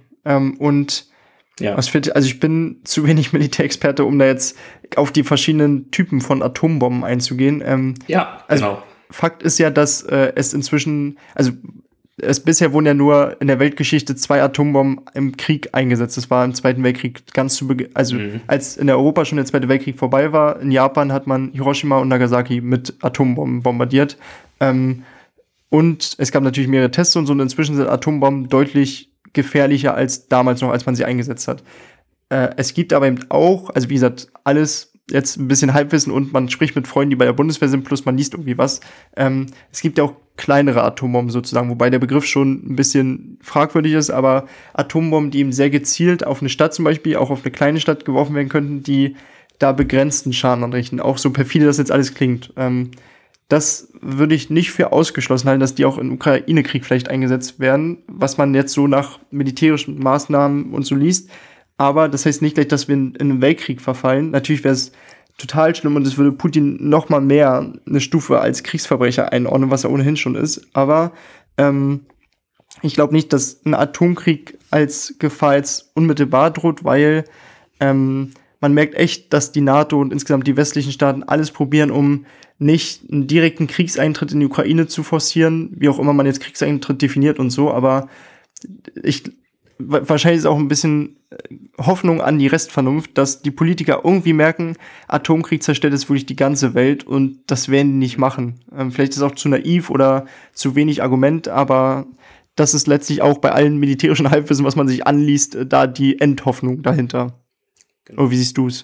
S2: Also ich bin zu wenig Militärexperte, um da jetzt auf die verschiedenen Typen von Atombomben einzugehen. Genau. Fakt ist ja, dass es inzwischen, bisher wurden ja nur in der Weltgeschichte 2 Atombomben im Krieg eingesetzt. Das war im Zweiten Weltkrieg ganz zu Beginn, als in Europa schon der Zweite Weltkrieg vorbei war. In Japan hat man Hiroshima und Nagasaki mit Atombomben bombardiert. Und es gab natürlich mehrere Tests und so. Und inzwischen sind Atombomben deutlich gefährlicher als damals noch, als man sie eingesetzt hat. Es gibt aber eben auch, also wie gesagt, alles jetzt ein bisschen Halbwissen und man spricht mit Freunden, die bei der Bundeswehr sind, plus man liest irgendwie was. Es gibt ja auch kleinere Atombomben sozusagen, wobei der Begriff schon ein bisschen fragwürdig ist, aber Atombomben, die eben sehr gezielt auf eine Stadt zum Beispiel, auch auf eine kleine Stadt geworfen werden könnten, die da begrenzten Schaden anrichten. Auch so perfide das jetzt alles klingt. Das würde ich nicht für ausgeschlossen halten, dass die auch im Ukraine-Krieg vielleicht eingesetzt werden, was man jetzt so nach militärischen Maßnahmen und so liest. Aber das heißt nicht gleich, dass wir in einen Weltkrieg verfallen. Natürlich wäre es total schlimm und es würde Putin noch mal mehr eine Stufe als Kriegsverbrecher einordnen, was er ohnehin schon ist. Aber ich glaube nicht, dass ein Atomkrieg als Gefahr jetzt unmittelbar droht, weil man merkt echt, dass die NATO und insgesamt die westlichen Staaten alles probieren, um nicht einen direkten Kriegseintritt in die Ukraine zu forcieren, wie auch immer man jetzt Kriegseintritt definiert und so. Aber wahrscheinlich ist auch ein bisschen Hoffnung an die Restvernunft, dass die Politiker irgendwie merken, Atomkrieg zerstört jetzt wirklich die ganze Welt und das werden die nicht machen. Vielleicht ist es auch zu naiv oder zu wenig Argument, aber das ist letztlich auch bei allen militärischen Halbwissen, was man sich anliest, da die Endhoffnung dahinter. Genau. Oder wie siehst du es?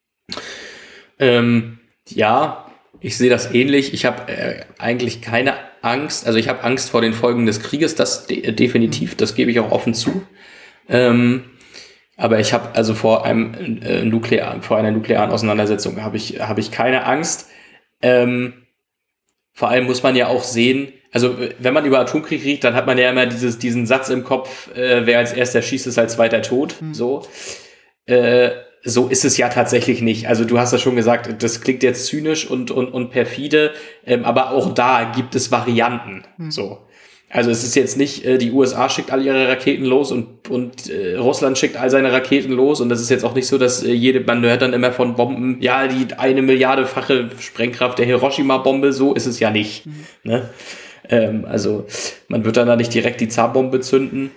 S3: Ich sehe das ähnlich. Ich habe eigentlich keine Angst. Also ich habe Angst vor den Folgen des Krieges, das definitiv, das gebe ich auch offen zu. Aber ich habe also vor einer nuklearen Auseinandersetzung habe ich keine Angst. Vor allem muss man ja auch sehen, also wenn man über Atomkrieg redet, dann hat man ja immer diesen Satz im Kopf, wer als erster schießt, ist als zweiter tot. So ist es ja tatsächlich nicht. Also du hast ja schon gesagt, das klingt jetzt zynisch und perfide, aber auch da gibt es Varianten. So. Also es ist jetzt nicht, die USA schickt all ihre Raketen los und Russland schickt all seine Raketen los und das ist jetzt auch nicht so, dass man hört dann immer von Bomben, ja, die 1 Milliardefache Sprengkraft der Hiroshima-Bombe, so ist es ja nicht. Ne? Also man wird dann da nicht direkt die Zarbombe zünden.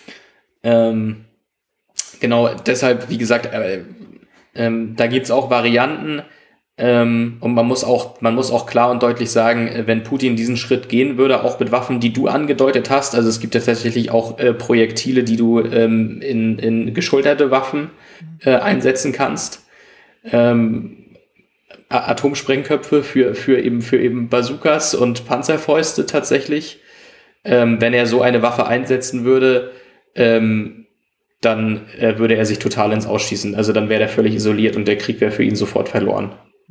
S3: Genau, deshalb, wie gesagt, da gibt's auch Varianten und man muss auch klar und deutlich sagen, wenn Putin diesen Schritt gehen würde, auch mit Waffen, die du angedeutet hast, also es gibt ja tatsächlich auch Projektile, die du in geschulterte Waffen einsetzen kannst, Atomsprengköpfe für eben Bazookas und Panzerfäuste tatsächlich. Wenn er so eine Waffe einsetzen würde, dann würde er sich total ins Ausschießen. Also dann wäre er völlig isoliert und der Krieg wäre für ihn sofort verloren.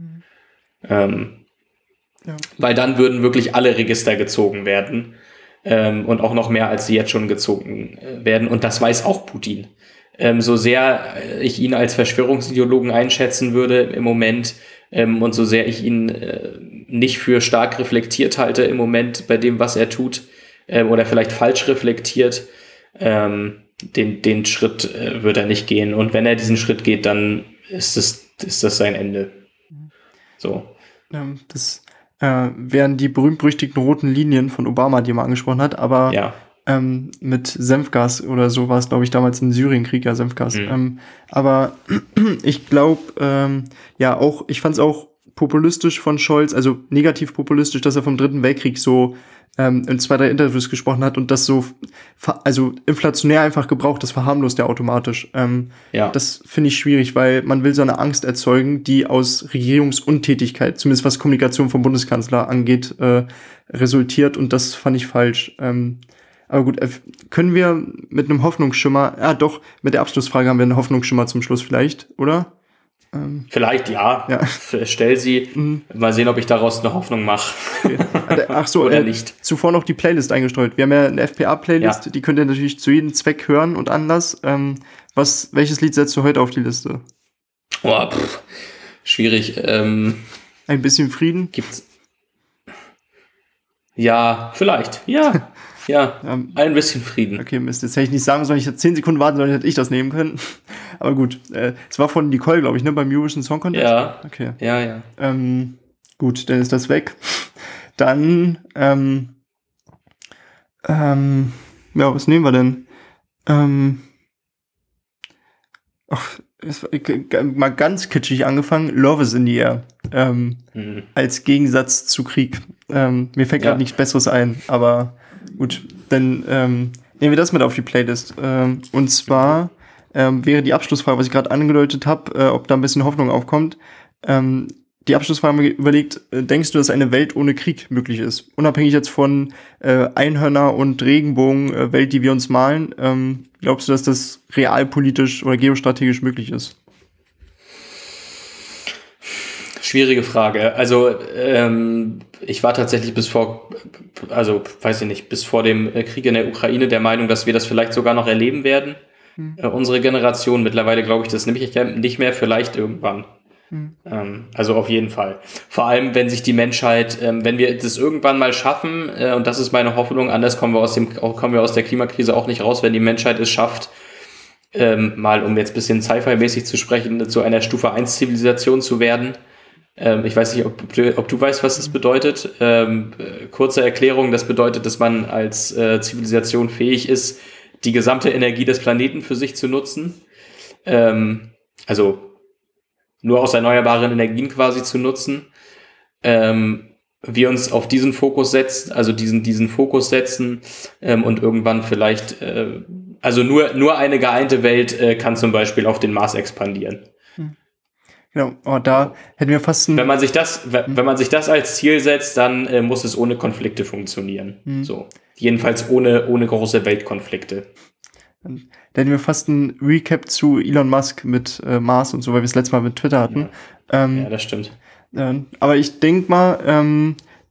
S3: Weil dann würden wirklich alle Register gezogen werden und auch noch mehr, als sie jetzt schon gezogen werden. Und das weiß auch Putin. So sehr ich ihn als Verschwörungsideologen einschätzen würde im Moment und so sehr ich ihn nicht für stark reflektiert halte im Moment bei dem, was er tut oder vielleicht falsch reflektiert, den Schritt wird er nicht gehen. Und wenn er diesen Schritt geht, dann ist das sein Ende. So.
S2: Das wären die berühmt-berüchtigten roten Linien von Obama, die er mal angesprochen hat, aber mit Senfgas oder so war es, glaube ich, damals im Syrienkrieg, Senfgas. Aber ich glaube, ich fand es auch populistisch von Scholz, also negativ populistisch, dass er vom Dritten Weltkrieg so in 2, 3 Interviews gesprochen hat und das so, also inflationär einfach gebraucht, das verharmlost er automatisch. Das finde ich schwierig, weil man will so eine Angst erzeugen, die aus Regierungsuntätigkeit, zumindest was Kommunikation vom Bundeskanzler angeht, resultiert, und das fand ich falsch. Aber gut, können wir mit einem Hoffnungsschimmer, doch, mit der Abschlussfrage haben wir einen Hoffnungsschimmer zum Schluss vielleicht, oder?
S3: Vielleicht, ja. Stell sie. Mal sehen, ob ich daraus eine Hoffnung mache.
S2: Okay. Ach so,
S3: oder nicht.
S2: Zuvor noch die Playlist eingestreut. Wir haben ja eine FPA-Playlist, die könnt ihr natürlich zu jedem Zweck hören und Anlass. Welches Lied setzt du heute auf die Liste?
S3: Schwierig.
S2: Ein bisschen Frieden?
S3: Gibt's? Ja, vielleicht. Ja. Ja, ein bisschen Frieden.
S2: Okay, Mist, jetzt hätte ich nicht sagen sollen, ich hätte 10 Sekunden warten sollen, hätte ich das nehmen können. Aber gut, es war von Nicole, glaube ich, ne, beim Eurovision Song Contest?
S3: Ja,
S2: okay.
S3: Ja.
S2: Gut, dann ist das weg. Dann, was nehmen wir denn? Mal ganz kitschig angefangen, Love is in the Air. Als Gegensatz zu Krieg. Mir fällt gerade nichts Besseres ein, aber gut, dann nehmen wir das mit auf die Playlist. Und zwar wäre die Abschlussfrage, was ich gerade angedeutet habe, ob da ein bisschen Hoffnung aufkommt. Die Abschlussfrage haben wir überlegt, denkst du, dass eine Welt ohne Krieg möglich ist? Unabhängig jetzt von Einhörner und Regenbogen, Welt, die wir uns malen, glaubst du, dass das realpolitisch oder geostrategisch möglich ist?
S3: Schwierige Frage. Also ich war tatsächlich bis vor dem Krieg in der Ukraine der Meinung, dass wir das vielleicht sogar noch erleben werden. Unsere Generation, mittlerweile glaube ich das nämlich nicht mehr, vielleicht irgendwann. Also auf jeden Fall. Vor allem, wenn sich die Menschheit, wenn wir das irgendwann mal schaffen, und das ist meine Hoffnung, anders kommen wir aus der Klimakrise auch nicht raus, wenn die Menschheit es schafft, mal um jetzt ein bisschen Sci-Fi-mäßig zu sprechen, zu einer Stufe 1 Zivilisation zu werden. Ich weiß nicht, ob du weißt, was das bedeutet. Kurze Erklärung, das bedeutet, dass man als Zivilisation fähig ist, die gesamte Energie des Planeten für sich zu nutzen. Also nur aus erneuerbaren Energien quasi zu nutzen. Wir uns auf diesen Fokus setzen, also diesen Fokus setzen und irgendwann vielleicht, also nur eine geeinte Welt kann zum Beispiel auf den Mars expandieren.
S2: Genau, da hätten wir fast
S3: wenn man sich das als Ziel setzt, dann muss es ohne Konflikte funktionieren. So. Jedenfalls ohne große Weltkonflikte.
S2: Da hätten wir fast ein Recap zu Elon Musk mit Mars und so, weil wir es letztes Mal mit Twitter hatten.
S3: Ja, das stimmt.
S2: Aber ich denke mal,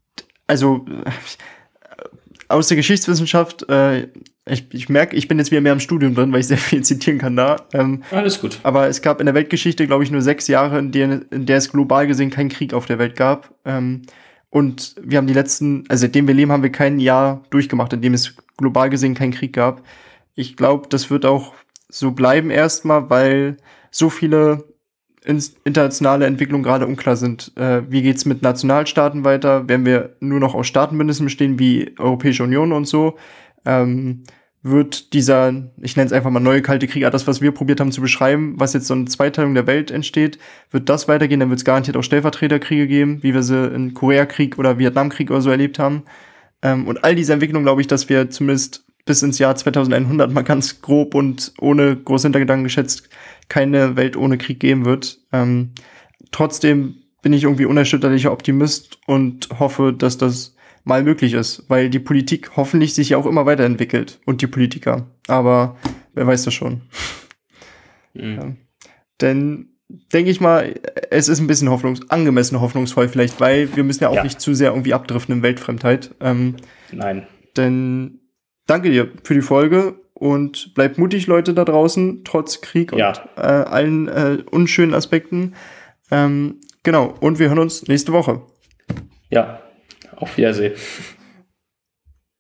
S2: aus der Geschichtswissenschaft, ich merke, ich bin jetzt wieder mehr im Studium drin, weil ich sehr viel zitieren kann da.
S3: Alles gut.
S2: Aber es gab in der Weltgeschichte, glaube ich, nur 6 Jahre, in der es global gesehen keinen Krieg auf der Welt gab. Und wir haben seitdem wir leben, haben wir kein Jahr durchgemacht, in dem es global gesehen keinen Krieg gab. Ich glaube, das wird auch so bleiben erstmal, weil so viele internationale Entwicklungen gerade unklar sind. Wie geht's mit Nationalstaaten weiter? Werden wir nur noch aus Staatenbündnissen bestehen, wie Europäische Union und so? Wird dieser, ich nenne es einfach mal neue Kalte Krieg, das, was wir probiert haben zu beschreiben, was jetzt so eine Zweiteilung der Welt entsteht, wird das weitergehen? Dann wird es garantiert auch Stellvertreterkriege geben, wie wir sie im Koreakrieg oder Vietnamkrieg oder so erlebt haben. Und all diese Entwicklungen, glaube ich, dass wir zumindest bis ins Jahr 2100 mal ganz grob und ohne große Hintergedanken geschätzt keine Welt ohne Krieg geben wird. Trotzdem bin ich irgendwie unerschütterlicher Optimist und hoffe, dass das mal möglich ist, weil die Politik hoffentlich sich ja auch immer weiterentwickelt und die Politiker. Aber wer weiß das schon. Denn denke ich mal, es ist ein bisschen angemessen hoffnungsvoll vielleicht, weil wir müssen ja auch nicht zu sehr irgendwie abdriften in Weltfremdheit.
S3: Nein.
S2: Denn danke dir für die Folge und bleibt mutig, Leute da draußen, trotz Krieg und allen unschönen Aspekten. Genau, und wir hören uns nächste Woche.
S3: Ja, auf Wiedersehen.